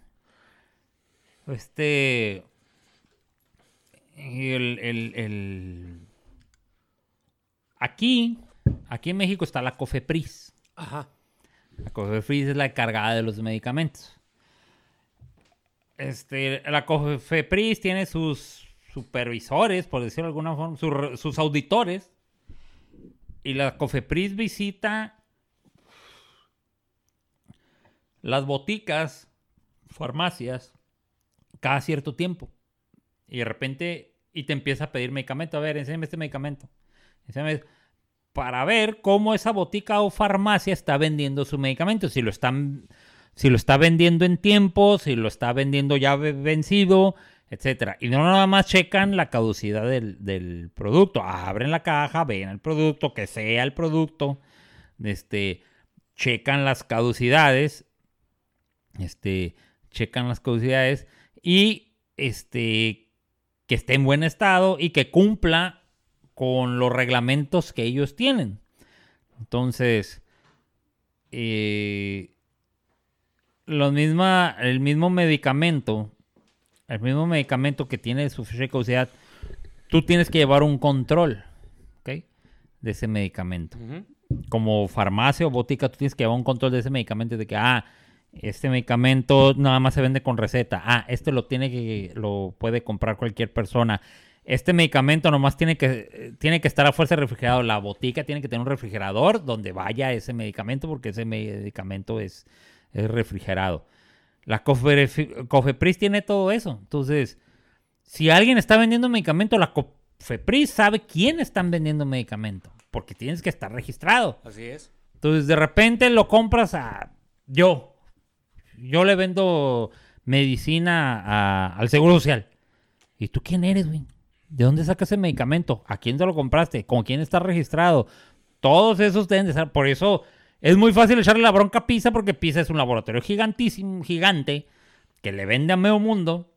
Aquí en México está la COFEPRIS. Ajá. La COFEPRIS es la encargada de los medicamentos. La COFEPRIS tiene sus supervisores, por decirlo de alguna forma, sus auditores. Y la COFEPRIS visita las boticas, farmacias, cada cierto tiempo. Y de repente, te empieza a pedir medicamento. A ver, enséñame este medicamento. Para ver cómo esa botica o farmacia está vendiendo su medicamento. Si lo está vendiendo en tiempo, si lo está vendiendo ya vencido, etcétera. Y no nada más checan la caducidad del producto. Abren la caja, ven el producto, que sea el producto. Checan las caducidades. Y que esté en buen estado y que cumpla con los reglamentos que ellos tienen. Entonces, el mismo medicamento que tiene su fecha de caducidad, tú tienes que llevar un control, ¿ok? De ese medicamento. Uh-huh. Como farmacia o botica, tú tienes que llevar un control de ese medicamento de que, este medicamento nada más se vende con receta. Lo puede comprar cualquier persona. Este medicamento nomás tiene que estar a fuerza refrigerado. La botica tiene que tener un refrigerador donde vaya ese medicamento porque ese medicamento es refrigerado. La COFEPRIS tiene todo eso. Entonces, si alguien está vendiendo medicamento, la COFEPRIS sabe quién están vendiendo medicamento porque tienes que estar registrado. Así es. Entonces, de repente lo compras a Yo le vendo medicina al Seguro Social. ¿Y tú quién eres, güey? ¿De dónde sacas ese medicamento? ¿A quién te lo compraste? ¿Con quién está registrado? Todos esos deben de ser. Por eso es muy fácil echarle la bronca a PISA, porque PISA es un laboratorio gigantísimo, gigante, que le vende a medio mundo.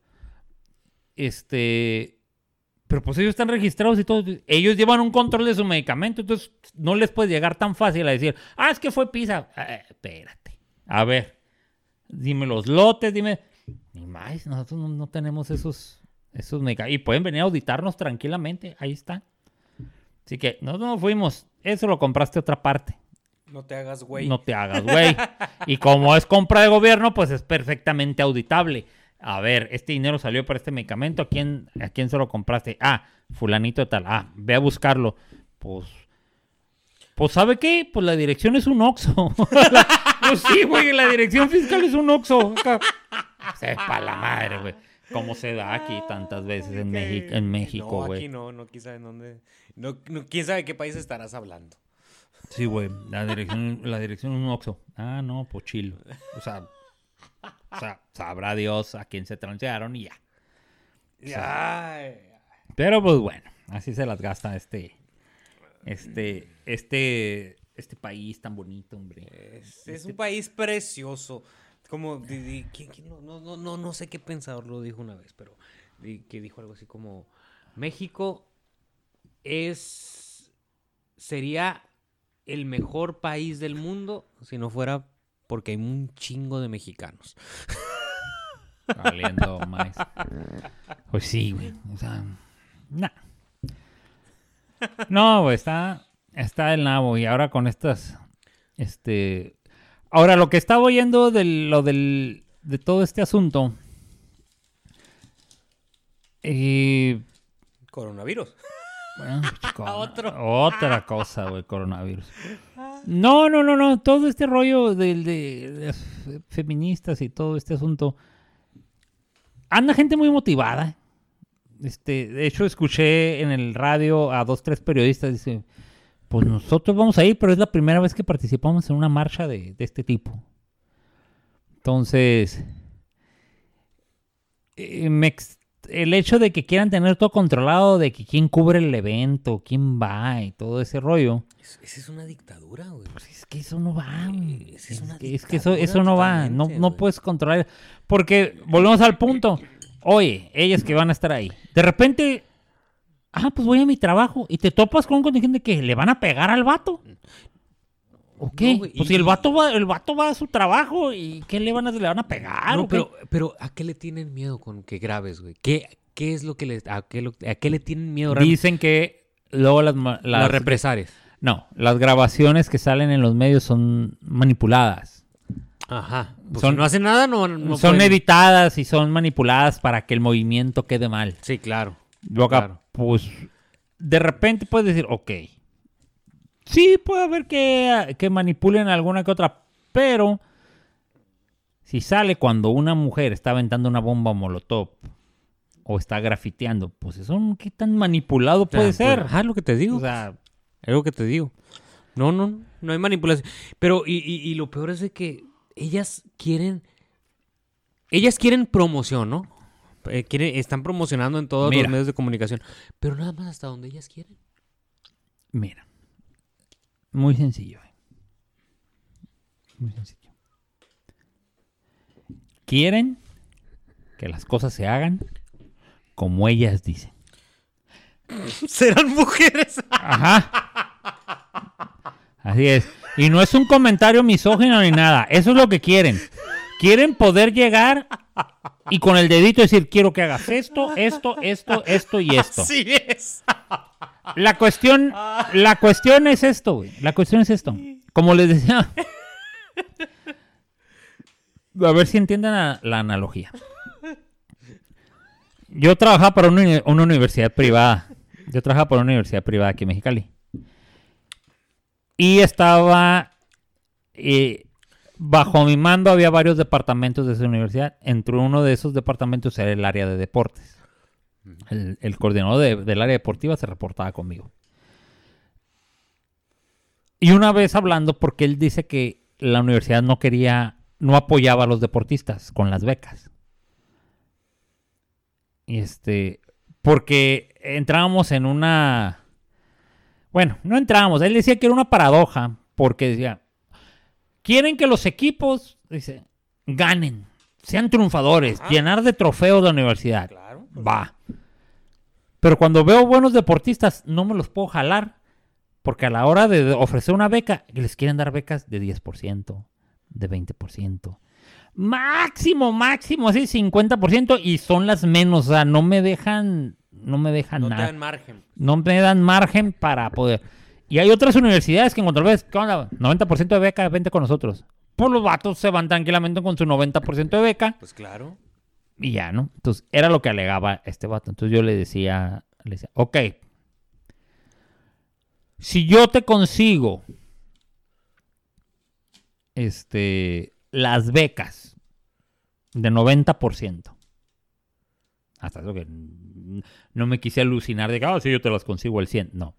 Pero pues ellos están registrados y todo. Ellos llevan un control de su medicamento, entonces no les puede llegar tan fácil a decir, es que fue PISA. Espérate. A ver, dime los lotes, dime. Ni más, nosotros no tenemos esos medicamentos. Y pueden venir a auditarnos tranquilamente, ahí está. Así que nosotros no fuimos. Eso lo compraste otra parte. No te hagas güey. No te hagas güey. Y como es compra de gobierno, pues es perfectamente auditable. A ver, este dinero salió para este medicamento. ¿A quién se lo compraste? Fulanito de tal. Ve a buscarlo. Pues ¿sabe qué? Pues la dirección es un Oxxo. Pues sí, güey, la dirección fiscal es un Oxxo. Sepa la madre, güey. ¿Cómo se da aquí tantas veces en México, güey? No, aquí no, quién sabe en dónde. No, quién sabe qué país estarás hablando. Sí, güey, la dirección es un Oxxo. No, pues chilo. O sea, sabrá Dios a quién se transearon y ya. Pero pues bueno, así se las gasta este país tan bonito, hombre. Es un país precioso. Como, no sé qué pensador lo dijo una vez, pero que dijo algo así como, México sería el mejor país del mundo si no fuera porque hay un chingo de mexicanos. Valiendo más. Pues sí, güey. O sea, no, güey, está el nabo. Y ahora con estas, ahora lo que estaba oyendo de todo este asunto, Coronavirus. Bueno, otra cosa, güey, coronavirus. No. Todo este rollo de feministas y todo este asunto. Anda gente muy motivada. De hecho, escuché en el radio a 2, 3 periodistas. Dice, pues nosotros vamos a ir, pero es la primera vez que participamos en una marcha de este tipo. Entonces, el hecho de que quieran tener todo controlado, de que quién cubre el evento, quién va y todo ese rollo. Esa es una dictadura, güey. Pues es que eso no va, güey. Es que dictadura eso no va. No güey. puedes controlar. Porque, volvemos al punto. Oye, ellas que van a estar ahí. De repente, pues voy a mi trabajo y te topas con un contingente que le van a pegar al vato. ¿O qué? No, pues si el vato va a su trabajo y ¿qué le van a pegar? No, pero ¿a qué le tienen miedo con que grabes, güey? ¿Qué es lo que a qué le tienen miedo? Dicen que luego las represalias. No, las grabaciones que salen en los medios son manipuladas. Ajá. Pues si no hacen nada, no son pueden... editadas y son manipuladas para que el movimiento quede mal. Sí, claro. Luego, pues, de repente puedes decir, ok. Sí, puede haber que manipulen alguna que otra, pero si sale cuando una mujer está aventando una bomba molotov o está grafiteando, pues eso, ¿qué tan manipulado puede ser? Pues, lo que te digo. O sea, es lo que te digo. No hay manipulación. Pero, y lo peor es de que ellas quieren promoción, ¿no? Están promocionando en todos los medios de comunicación, pero nada más hasta donde ellas quieren. Mira. Muy sencillo. Muy sencillo. Quieren que las cosas se hagan como ellas dicen. Serán mujeres. Ajá. Así es. Y no es un comentario misógino ni nada. Eso es lo que quieren. Quieren poder llegar y con el dedito decir, quiero que hagas esto y esto. Así es. La cuestión es esto, güey. La cuestión es esto. Como les decía. A ver si entienden la analogía. Yo trabajaba para una universidad privada. Aquí en Mexicali. Y estaba... bajo mi mando había varios departamentos de esa universidad. Entre uno de esos departamentos era el área de deportes. El coordinador del área deportiva se reportaba conmigo. Y una vez hablando, porque él dice que la universidad no quería no apoyaba a los deportistas con las becas. Y porque entrábamos en una... Bueno, no entrábamos. Él decía que era una paradoja, porque decía, quieren que los equipos, dice, ganen, sean triunfadores, llenar de trofeos la universidad. Claro. Va. Pero cuando veo buenos deportistas, no me los puedo jalar, porque a la hora de ofrecer una beca, les quieren dar becas de 10%, de 20%. Máximo, así 50%, y son las menos, o sea, no me dejan No te nada. dan margen. No me dan margen para poder. Y hay otras universidades que en cuanto ves, ¿qué onda? 90% de beca, vente con nosotros. Pues los vatos se van tranquilamente con su 90% de beca. Pues claro. Y ya, ¿no? Entonces, era lo que alegaba este vato. Entonces yo le decía, ok, si yo te consigo las becas de 90%, hasta eso que no me quise alucinar de que, si yo te las consigo el 100%. No.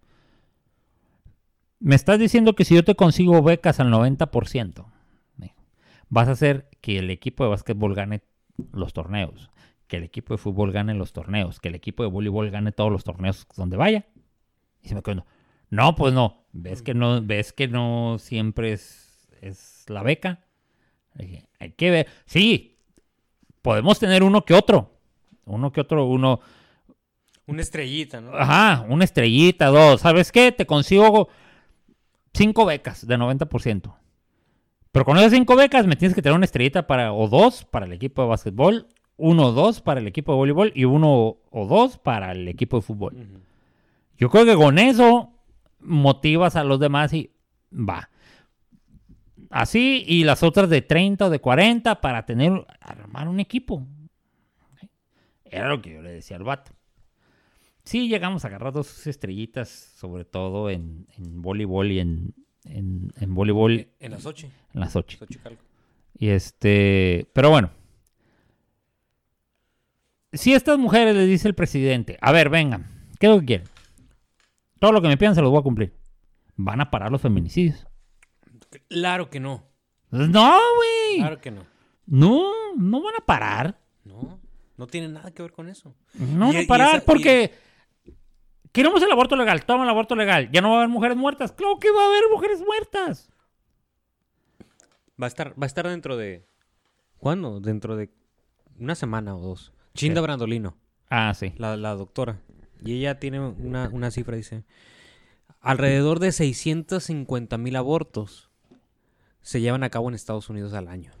Me estás diciendo que si yo te consigo becas al 90%, vas a hacer que el equipo de básquetbol gane los torneos, que el equipo de fútbol gane los torneos, que el equipo de voleibol gane todos los torneos donde vaya. Y se me quedó, no, pues no. ¿Ves que no siempre es la beca? Dije, hay que ver. Sí, podemos tener uno que otro. Una estrellita, ¿no? Ajá, una estrellita, 2. ¿Sabes qué? Te consigo 5 becas de 90%. Pero con esas 5 becas me tienes que tener una estrellita o 2 para el equipo de básquetbol, 1 o 2 para el equipo de voleibol y 1 o 2 para el equipo de fútbol. Uh-huh. Yo creo que con eso motivas a los demás y va. Así, y las otras de 30 o de 40 para armar un equipo. Era lo que yo le decía al vato. Sí, llegamos a agarrar 2 estrellitas, sobre todo en voleibol y en voleibol. En la Sochi. En la Sochi. Xochicalco. Y pero bueno. Si a estas mujeres les dice el presidente, a ver, vengan, ¿qué es lo que quieren? Todo lo que me pidan se los voy a cumplir. ¿Van a parar los feminicidios? Claro que no. No, güey. Claro que no. No van a parar. No tiene nada que ver con eso. No van a parar porque queremos el aborto legal. Toma el aborto legal. Ya no va a haber mujeres muertas. Claro que va a haber mujeres muertas. Va a estar dentro de... ¿Cuándo? Dentro de una semana o 2. Chinda Brandolino. Ah, sí. La doctora. Y ella tiene una cifra, dice... Alrededor de 650,000 abortos se llevan a cabo en Estados Unidos al año.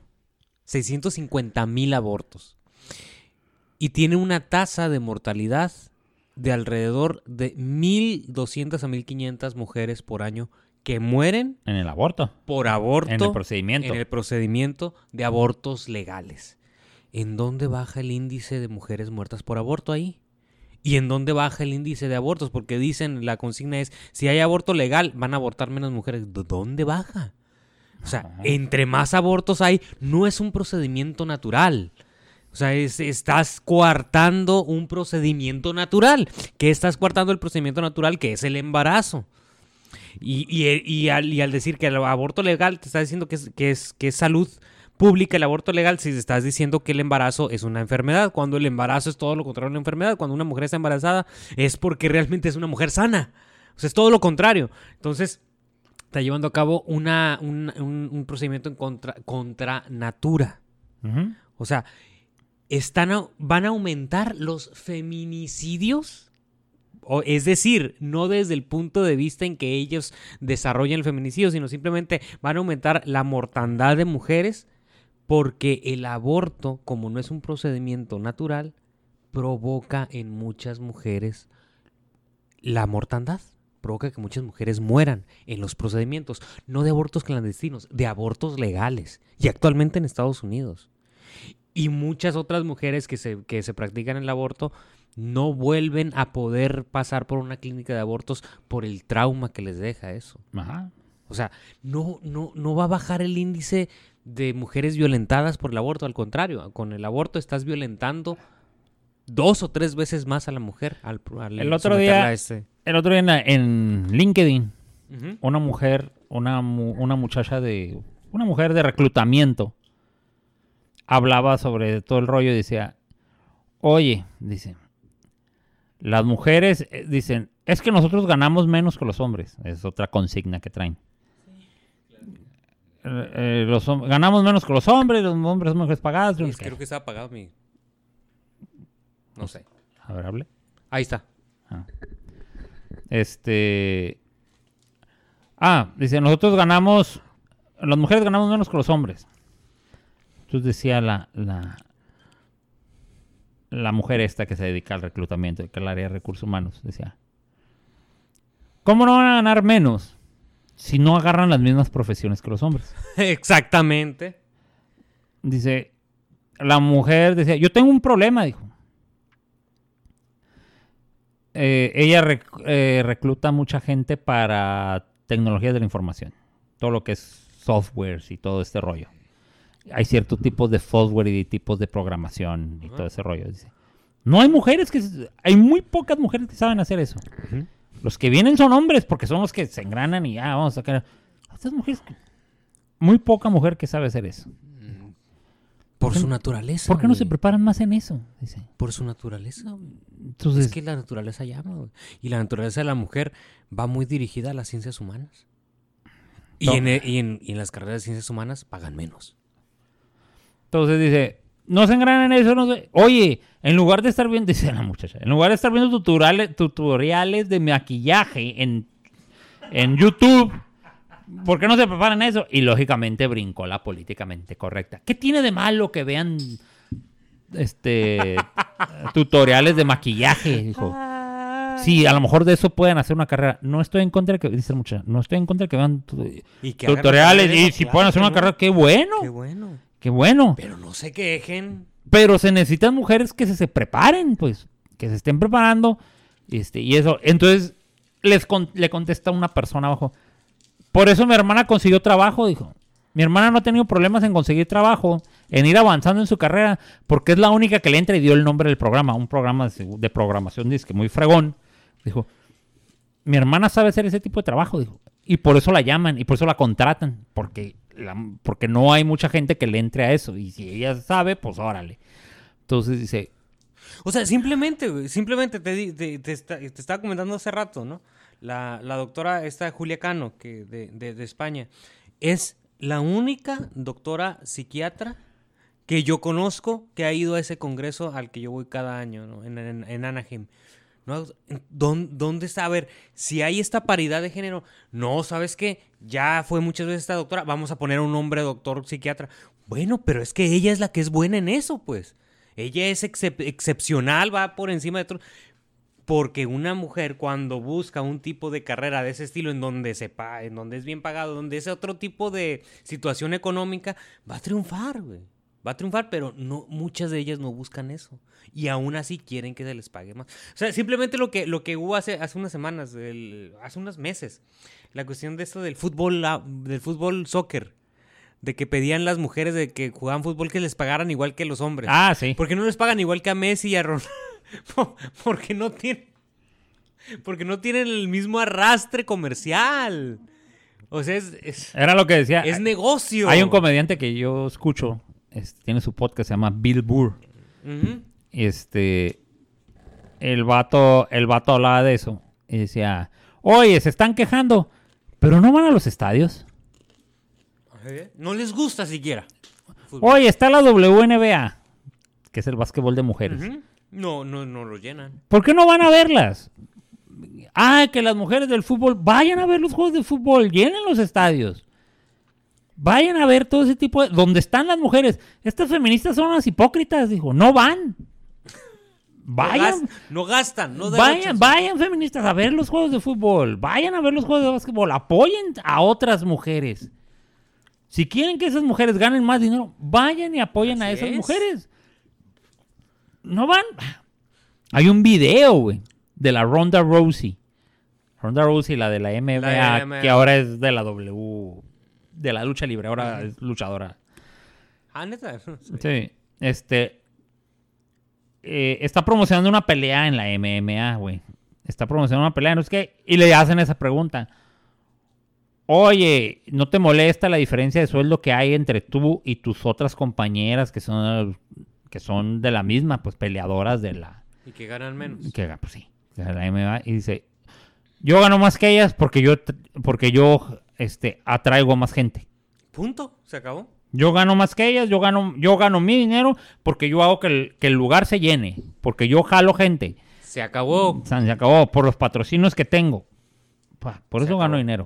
650,000 abortos. Y tiene una tasa de mortalidad de alrededor de 1,200 a 1,500 mujeres por año que mueren... ¿En el aborto? Por aborto. En el procedimiento. En el procedimiento de abortos legales. ¿En dónde baja el índice de mujeres muertas por aborto ahí? ¿Y en dónde baja el índice de abortos? Porque dicen, la consigna es, si hay aborto legal, van a abortar menos mujeres. ¿Dónde baja? O sea, entre más abortos hay, no es un procedimiento natural. O sea, estás coartando un procedimiento natural. ¿Qué estás coartando el procedimiento natural? Que es el embarazo. Y al decir que el aborto legal te está diciendo que es salud pública el aborto legal, si estás diciendo que el embarazo es una enfermedad, cuando el embarazo es todo lo contrario a una enfermedad. Cuando una mujer está embarazada es porque realmente es una mujer sana. O sea, es todo lo contrario. Entonces, está llevando a cabo un procedimiento en contra natura. Uh-huh. O sea, van a aumentar los feminicidios. Es decir, no desde el punto de vista en que ellos desarrollan el feminicidio, sino simplemente van a aumentar la mortandad de mujeres, porque el aborto, como no es un procedimiento natural, provoca en muchas mujeres la mortandad. Provoca que muchas mujeres mueran en los procedimientos, no de abortos clandestinos, de abortos legales. Y actualmente en Estados Unidos. Y muchas otras mujeres que se practican el aborto no vuelven a poder pasar por una clínica de abortos por el trauma que les deja eso. Ajá. O sea, no va a bajar el índice de mujeres violentadas por el aborto. Al contrario, con el aborto estás violentando 2 o 3 veces más a la mujer. El otro día en LinkedIn, uh-huh, una mujer de reclutamiento hablaba sobre todo el rollo y decía, oye, dice, las mujeres dicen, es que nosotros ganamos menos que los hombres. Es otra consigna que traen. Ganamos menos que los hombres son mejores pagados. Creo que está apagado mi... No sé. A ver, hable. Ahí está. Dice, las mujeres ganamos menos que los hombres. Entonces decía la mujer esta que se dedica al reclutamiento, que es el área de recursos humanos, decía, ¿cómo no van a ganar menos si no agarran las mismas profesiones que los hombres? Exactamente. Dice, la mujer decía, yo tengo un problema, dijo. Ella recluta mucha gente para tecnologías de la información. Todo lo que es softwares y todo este rollo. Hay ciertos tipos de software y tipos de programación y todo ese rollo. Dice, no hay mujeres hay muy pocas mujeres que saben hacer eso. Uh-huh. Los que vienen son hombres porque son los que se engranan y vamos a sacar. Estas mujeres, muy poca mujer que sabe hacer eso. Por su naturaleza. ¿Por qué no se preparan más en eso? Dice. Por su naturaleza. Entonces, es que la naturaleza llama, güey. Y la naturaleza de la mujer va muy dirigida a las ciencias humanas. Y en las carreras de ciencias humanas pagan menos. Entonces dice, no se engranan en eso. No se... Oye, en lugar de estar viendo, dice la muchacha, en lugar de estar viendo tutoriales de maquillaje en YouTube, ¿por qué no se preparan eso? Y lógicamente brincó la políticamente correcta. ¿Qué tiene de malo que vean tutoriales de maquillaje? Dijo. Sí, a lo mejor de eso pueden hacer una carrera. No estoy en contra de que, dice mucha, no estoy en contra de que vean tutoriales y si pueden hacer una carrera, qué bueno. Qué bueno. Qué bueno. Pero no se quejen. Pero se necesitan mujeres que se preparen, pues, que se estén preparando y eso. Entonces le contesta una persona abajo. Por eso mi hermana consiguió trabajo, dijo. Mi hermana no ha tenido problemas en conseguir trabajo, en ir avanzando en su carrera, porque es la única que le entra y dio el nombre del programa, un programa de programación, dice que muy fregón. Dijo, mi hermana sabe hacer ese tipo de trabajo, dijo, y por eso la llaman y por eso la contratan, porque no hay mucha gente que le entre a eso, y si ella sabe, pues órale. Entonces dice... O sea, simplemente te estaba comentando hace rato, ¿no? La doctora esta Julia Cano, que de España, es la única doctora psiquiatra que yo conozco que ha ido a ese congreso al que yo voy cada año, ¿no? En Anaheim. ¿No? ¿Dónde está? A ver, si hay esta paridad de género, no, ¿sabes qué? Ya fue muchas veces esta doctora, vamos a poner a un hombre doctor psiquiatra. Bueno, pero es que ella es la que es buena en eso, pues. Ella es excepcional, va por encima de todo. Porque una mujer cuando busca un tipo de carrera de ese estilo en donde es bien pagado, donde es otro tipo de situación económica, va a triunfar, güey. Va a triunfar, pero no, muchas de ellas no buscan eso. Y aún así quieren que se les pague más. O sea, simplemente lo que hubo hace unas semanas, hace unos meses, la cuestión de esto del fútbol soccer, de que pedían las mujeres de que jugaban fútbol que les pagaran igual que los hombres. Ah, sí. ¿Por qué no les pagan igual que a Messi y a Ronaldo? Porque no tienen el mismo arrastre comercial. O sea, era lo que decía. Es negocio. Hay un comediante que yo escucho, tiene su podcast, se llama Bill Burr. Uh-huh. El vato hablaba de eso y decía, oye, se están quejando, pero no van a los estadios. No les gusta siquiera. Oye, está la WNBA, que es el básquetbol de mujeres. Uh-huh. No lo llenan. ¿Por qué no van a verlas? Que las mujeres del fútbol vayan a ver los juegos de fútbol, llenen los estadios. Vayan a ver todo ese tipo de... ¿Dónde están las mujeres? Estas feministas son las hipócritas, dijo. No van. Vayan. No gastan. No vayan feministas a ver los juegos de fútbol. Vayan a ver los juegos de básquetbol. Apoyen a otras mujeres. Si quieren que esas mujeres ganen más dinero, vayan y apoyen a esas mujeres. No van. Hay un video, güey, de la Ronda Rousey. Ronda Rousey, la de la MMA, que ahora es de la de la lucha libre, ahora es luchadora. Ah, ¿neta? Sí. Está promocionando una pelea en la MMA, güey. Está promocionando una pelea, no es que... Y le hacen esa pregunta. oye, ¿no te molesta la diferencia de sueldo que hay entre tú y tus otras compañeras que son de la misma, pues peleadoras de la... Y que ganan menos. Pues sí, de la MMA. Y dice, yo gano más que ellas porque yo atraigo más gente. Punto, se acabó. Yo gano más que ellas, yo gano mi dinero porque yo hago que el lugar se llene, porque yo jalo gente. Se acabó. Se acabó por los patrocinios que tengo. Por eso gano dinero.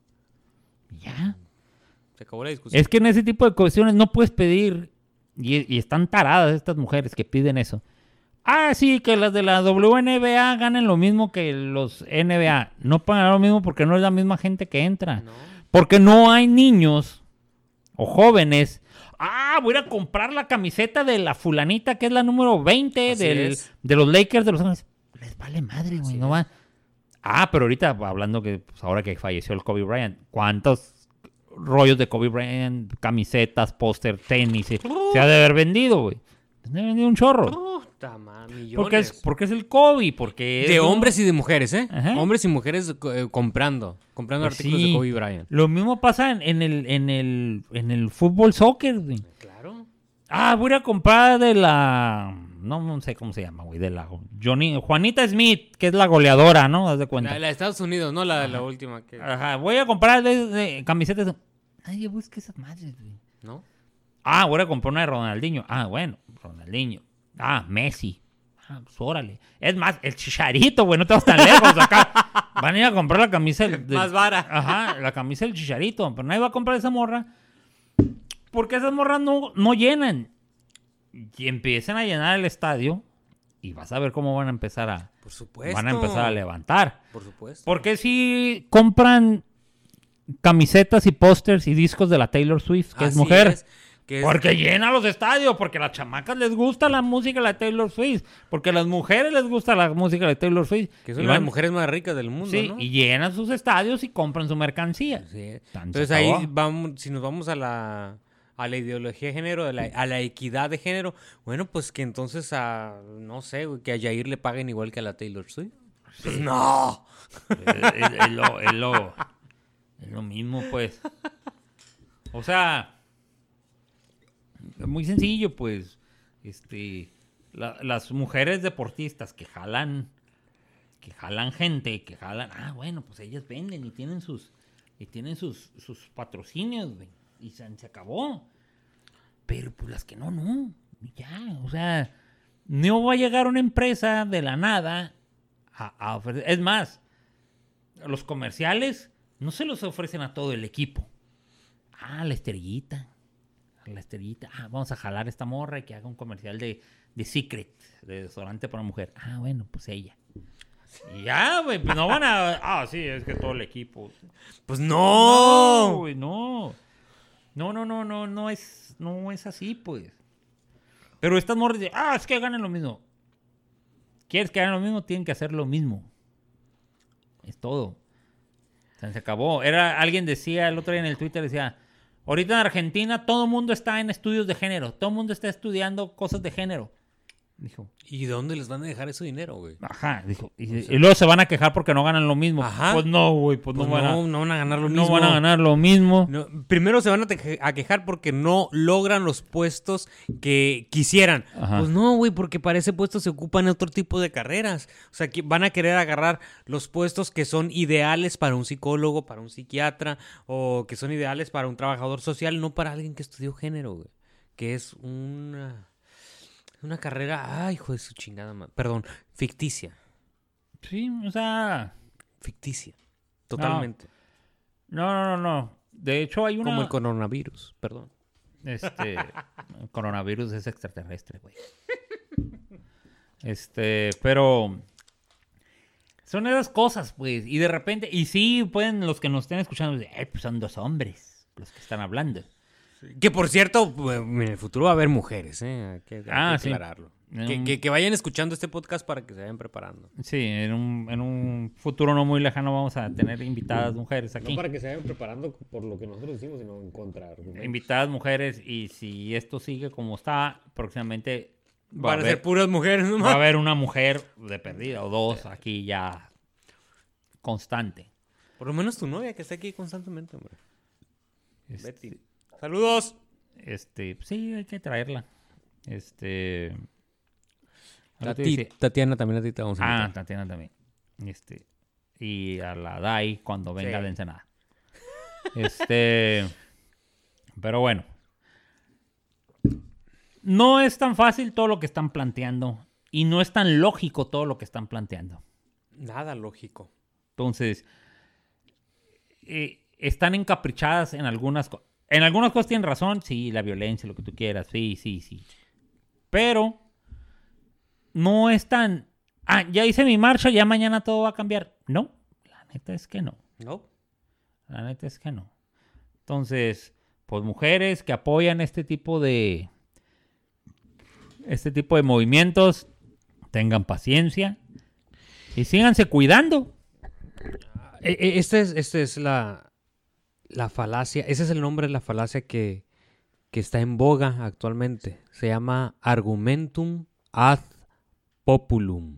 Ya. Se acabó la discusión. Es que en ese tipo de cuestiones no puedes pedir, y están taradas estas mujeres que piden eso. Ah, sí, que las de la WNBA ganen lo mismo que los NBA. No pagan lo mismo porque no es la misma gente que entra. No. Porque no hay niños o jóvenes. Ah, voy a ir a comprar la camiseta de la fulanita que es la número 20 de los Lakers de Los Ángeles. Les vale madre, güey, no va. Ah, pero ahorita hablando que pues, ahora que falleció el Kobe Bryant, ¿cuántos rollos de Kobe Bryant, camisetas, póster, tenis se ha de haber vendido, güey? Se ha vendido un chorro. Puta madre, millones. Porque es el Kobe, porque de hombres y de mujeres, ¿eh? Ajá. Hombres y mujeres comprando Pues artículos sí. de Kobe Bryant. Lo mismo pasa en el fútbol soccer, güey. Claro. Ah, voy a ir a comprar de la... No sé cómo se llama, güey. De la Juanita Smith, que es la goleadora, ¿no? Haz de cuenta. La de Estados Unidos, no la última. Ajá, voy a comprar de camisetas. Nadie busca esas madres, güey. ¿No? Ah, voy a comprar una de Ronaldinho. Ah, bueno, Ronaldinho. Ah, Messi. Ah, pues órale. Es más, el Chicharito, güey, no te vas tan lejos acá. Van a ir a comprar la camisa más vara. Ajá, la camisa del Chicharito. Pero nadie va a comprar esa morra. Porque esas morras no llenan. Y empiezan a llenar el estadio. Y vas a ver cómo van a empezar Por supuesto. Van a empezar a levantar. Por supuesto. Porque si compran camisetas y pósters y discos de la Taylor Swift, que es mujer. Porque llena los estadios, porque a las chamacas les gusta la música de la Taylor Swift, porque a las mujeres les gusta la música de Taylor Swift. Que son las mujeres más ricas del mundo, sí, ¿no? y llenan sus estadios y compran su mercancía. Sí. Entonces ahí vamos, si nos vamos a la ideología de género, a la equidad de género, bueno, pues que entonces no sé, que a Yair le paguen igual que a la Taylor Swift. Sí. Pues no. Es lo mismo, pues. O sea... Muy sencillo, pues. Las mujeres deportistas que jalan gente, ah, bueno, pues ellas venden y tienen sus patrocinios, güey, y se acabó. Pero pues las que no. Ya, o sea, no va a llegar una empresa de la nada a ofrecer. Es más, los comerciales no se los ofrecen a todo el equipo. Ah, la estrellita. Ah, vamos a jalar esta morra y que haga un comercial de Secret, de desodorante para mujer. Ah, bueno, pues ella. Y ya, güey, pues no van a... Ah, sí, es que todo el equipo. Pues no. No, güey, no. No es así, pues. Pero estas morras dicen, es que ganen lo mismo. ¿Quieres que hagan lo mismo? Tienen que hacer lo mismo. Es todo. O sea, se acabó. Alguien decía, el otro día en el Twitter decía... Ahorita en Argentina todo el mundo está en estudios de género. Todo el mundo está estudiando cosas de género. Dijo. ¿Y dónde les van a dejar ese dinero, güey? Ajá, dijo. Y luego se van a quejar porque no ganan lo mismo. Ajá. Pues no, güey. Pues no van a ganar lo mismo. No van a ganar lo mismo. No, primero se van a quejar porque no logran los puestos que quisieran. Ajá. Pues no, güey, porque para ese puesto se ocupan otro tipo de carreras. O sea, que van a querer agarrar los puestos que son ideales para un psicólogo, para un psiquiatra, o que son ideales para un trabajador social, no para alguien que estudió género, güey. Que es una carrera, hijo de su chingada madre. Perdón, ficticia. Sí, o sea... Ficticia. Totalmente. No. De hecho hay una... Como el coronavirus, perdón. El coronavirus es extraterrestre, güey. Pero... Son esas cosas, pues. Y de repente... Y sí, pueden los que nos estén escuchando decir, pues son dos hombres los que están hablando. Que por cierto, en el futuro va a haber mujeres, ¿eh? Hay que aclararlo. Sí. Que vayan escuchando este podcast para que se vayan preparando. Sí, en un futuro no muy lejano vamos a tener invitadas mujeres aquí. No para que se vayan preparando por lo que nosotros decimos, sino encontrar. Invitadas mujeres, y si esto sigue como está, próximamente... Van a ser puras mujeres nomás. Va a haber una mujer de perdida o dos aquí ya constante. Por lo menos tu novia que está aquí constantemente, hombre. Este, Betty. ¡Saludos! Sí, hay que traerla. Ahora te dice- Tatiana también a ti te vamos a invitar. Tatiana también. Y a la Dai cuando venga Sí. de Ensenada. Pero bueno. No es tan fácil todo lo que están planteando. Y no es tan lógico todo lo que están planteando. Nada lógico. Entonces, están encaprichadas en algunas cosas. En algunas cosas tienen razón. Sí, la violencia, lo que tú quieras. Sí. Pero no es tan... ya hice mi marcha, ya mañana todo va a cambiar. No, la neta es que no. ¿No? La neta es que no. Entonces, pues mujeres que apoyan este tipo de movimientos, tengan paciencia y síganse cuidando. Esta es la falacia. Ese es el nombre de la falacia que está en boga actualmente. Se llama argumentum ad populum.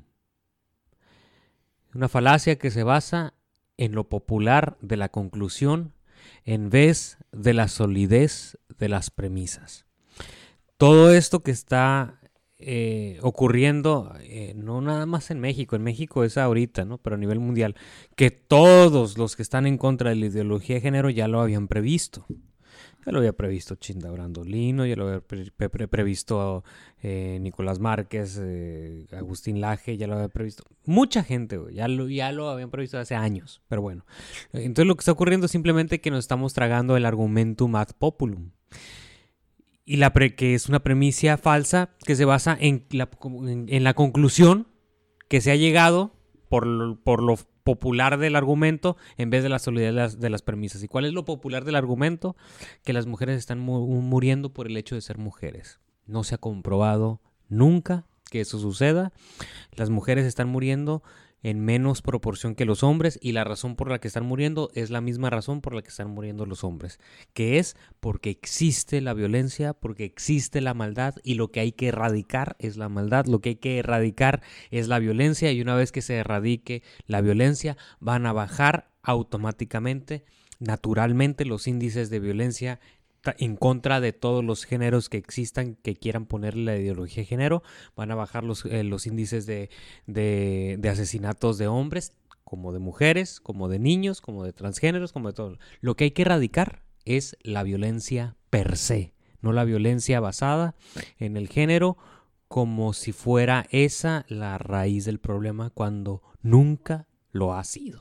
Una falacia que se basa en lo popular de la conclusión en vez de la solidez de las premisas. Todo esto que está ocurriendo, no nada más en México es ahorita, ¿no? Pero a nivel mundial, que todos los que están en contra de la ideología de género ya lo habían previsto. Ya lo había previsto Chinda Brandolino, ya lo había previsto Nicolás Márquez, Agustín Laje, ya lo había previsto. Mucha gente, güey, ya lo habían previsto hace años, pero bueno. Entonces lo que está ocurriendo es simplemente que nos estamos tragando el argumentum ad populum. Y que es una premisa falsa que se basa en la conclusión que se ha llegado por lo popular del argumento en vez de la solidez de las premisas. ¿Y cuál es lo popular del argumento? Que las mujeres están muriendo por el hecho de ser mujeres. No se ha comprobado nunca que eso suceda. Las mujeres están muriendo en menos proporción que los hombres y la razón por la que están muriendo es la misma razón por la que están muriendo los hombres, que es porque existe la violencia, porque existe la maldad y lo que hay que erradicar es la maldad, lo que hay que erradicar es la violencia y una vez que se erradique la violencia van a bajar automáticamente, naturalmente los índices de violencia en contra de todos los géneros que existan que quieran ponerle la ideología de género, van a bajar los índices de asesinatos de hombres, como de mujeres, como de niños, como de transgéneros, como de todo. Lo que hay que erradicar es la violencia per se, no la violencia basada en el género como si fuera esa la raíz del problema cuando nunca lo ha sido.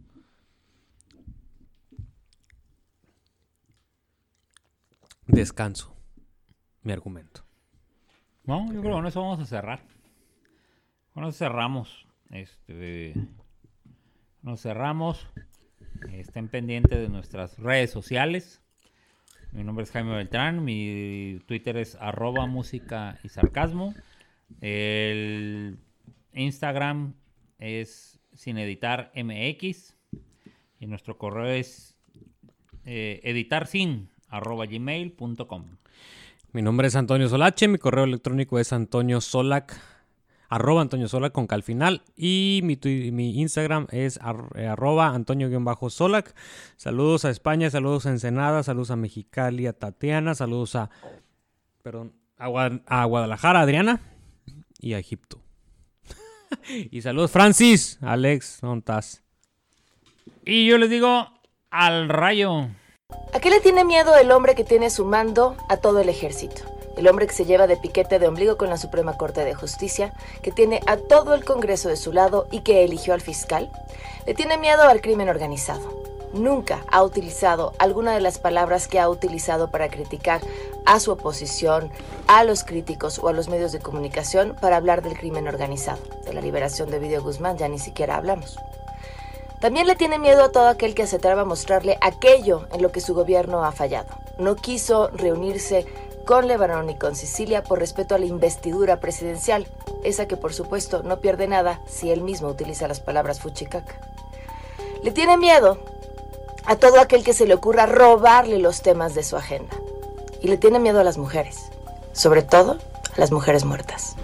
Descanso mi argumento. No, yo creo que con eso vamos a cerrar. Con eso cerramos. Nos cerramos. Estén pendientes de nuestras redes sociales. Mi nombre es Jaime Beltrán. Mi Twitter es @música y sarcasmo. El Instagram es sin editar MX. Y nuestro correo es editarsin@gmail.com. Mi nombre es Antonio Solache, mi correo electrónico es antoniosolac, @AntonioSolac con K al final. Y mi Instagram es @Antonio_Solac. Saludos a España, saludos a Ensenada, saludos a Mexicali, a Tatiana, saludos a Guadalajara, Adriana, y a Egipto. Y saludos Francis, Alex, ¿dónde estás? Y yo les digo, al rayo. ¿A qué le tiene miedo el hombre que tiene su mando a todo el ejército? El hombre que se lleva de piquete de ombligo con la Suprema Corte de Justicia, que tiene a todo el Congreso de su lado y que eligió al fiscal. Le tiene miedo al crimen organizado. Nunca ha utilizado alguna de las palabras que ha utilizado para criticar a su oposición, a los críticos o a los medios de comunicación para hablar del crimen organizado. De la liberación de Ovidio Guzmán ya ni siquiera hablamos. También le tiene miedo a todo aquel que se atreva a mostrarle aquello en lo que su gobierno ha fallado. No quiso reunirse con Levarón y con Sicilia por respeto a la investidura presidencial, esa que por supuesto no pierde nada si él mismo utiliza las palabras fuchicaca. Le tiene miedo a todo aquel que se le ocurra robarle los temas de su agenda. Y le tiene miedo a las mujeres, sobre todo a las mujeres muertas.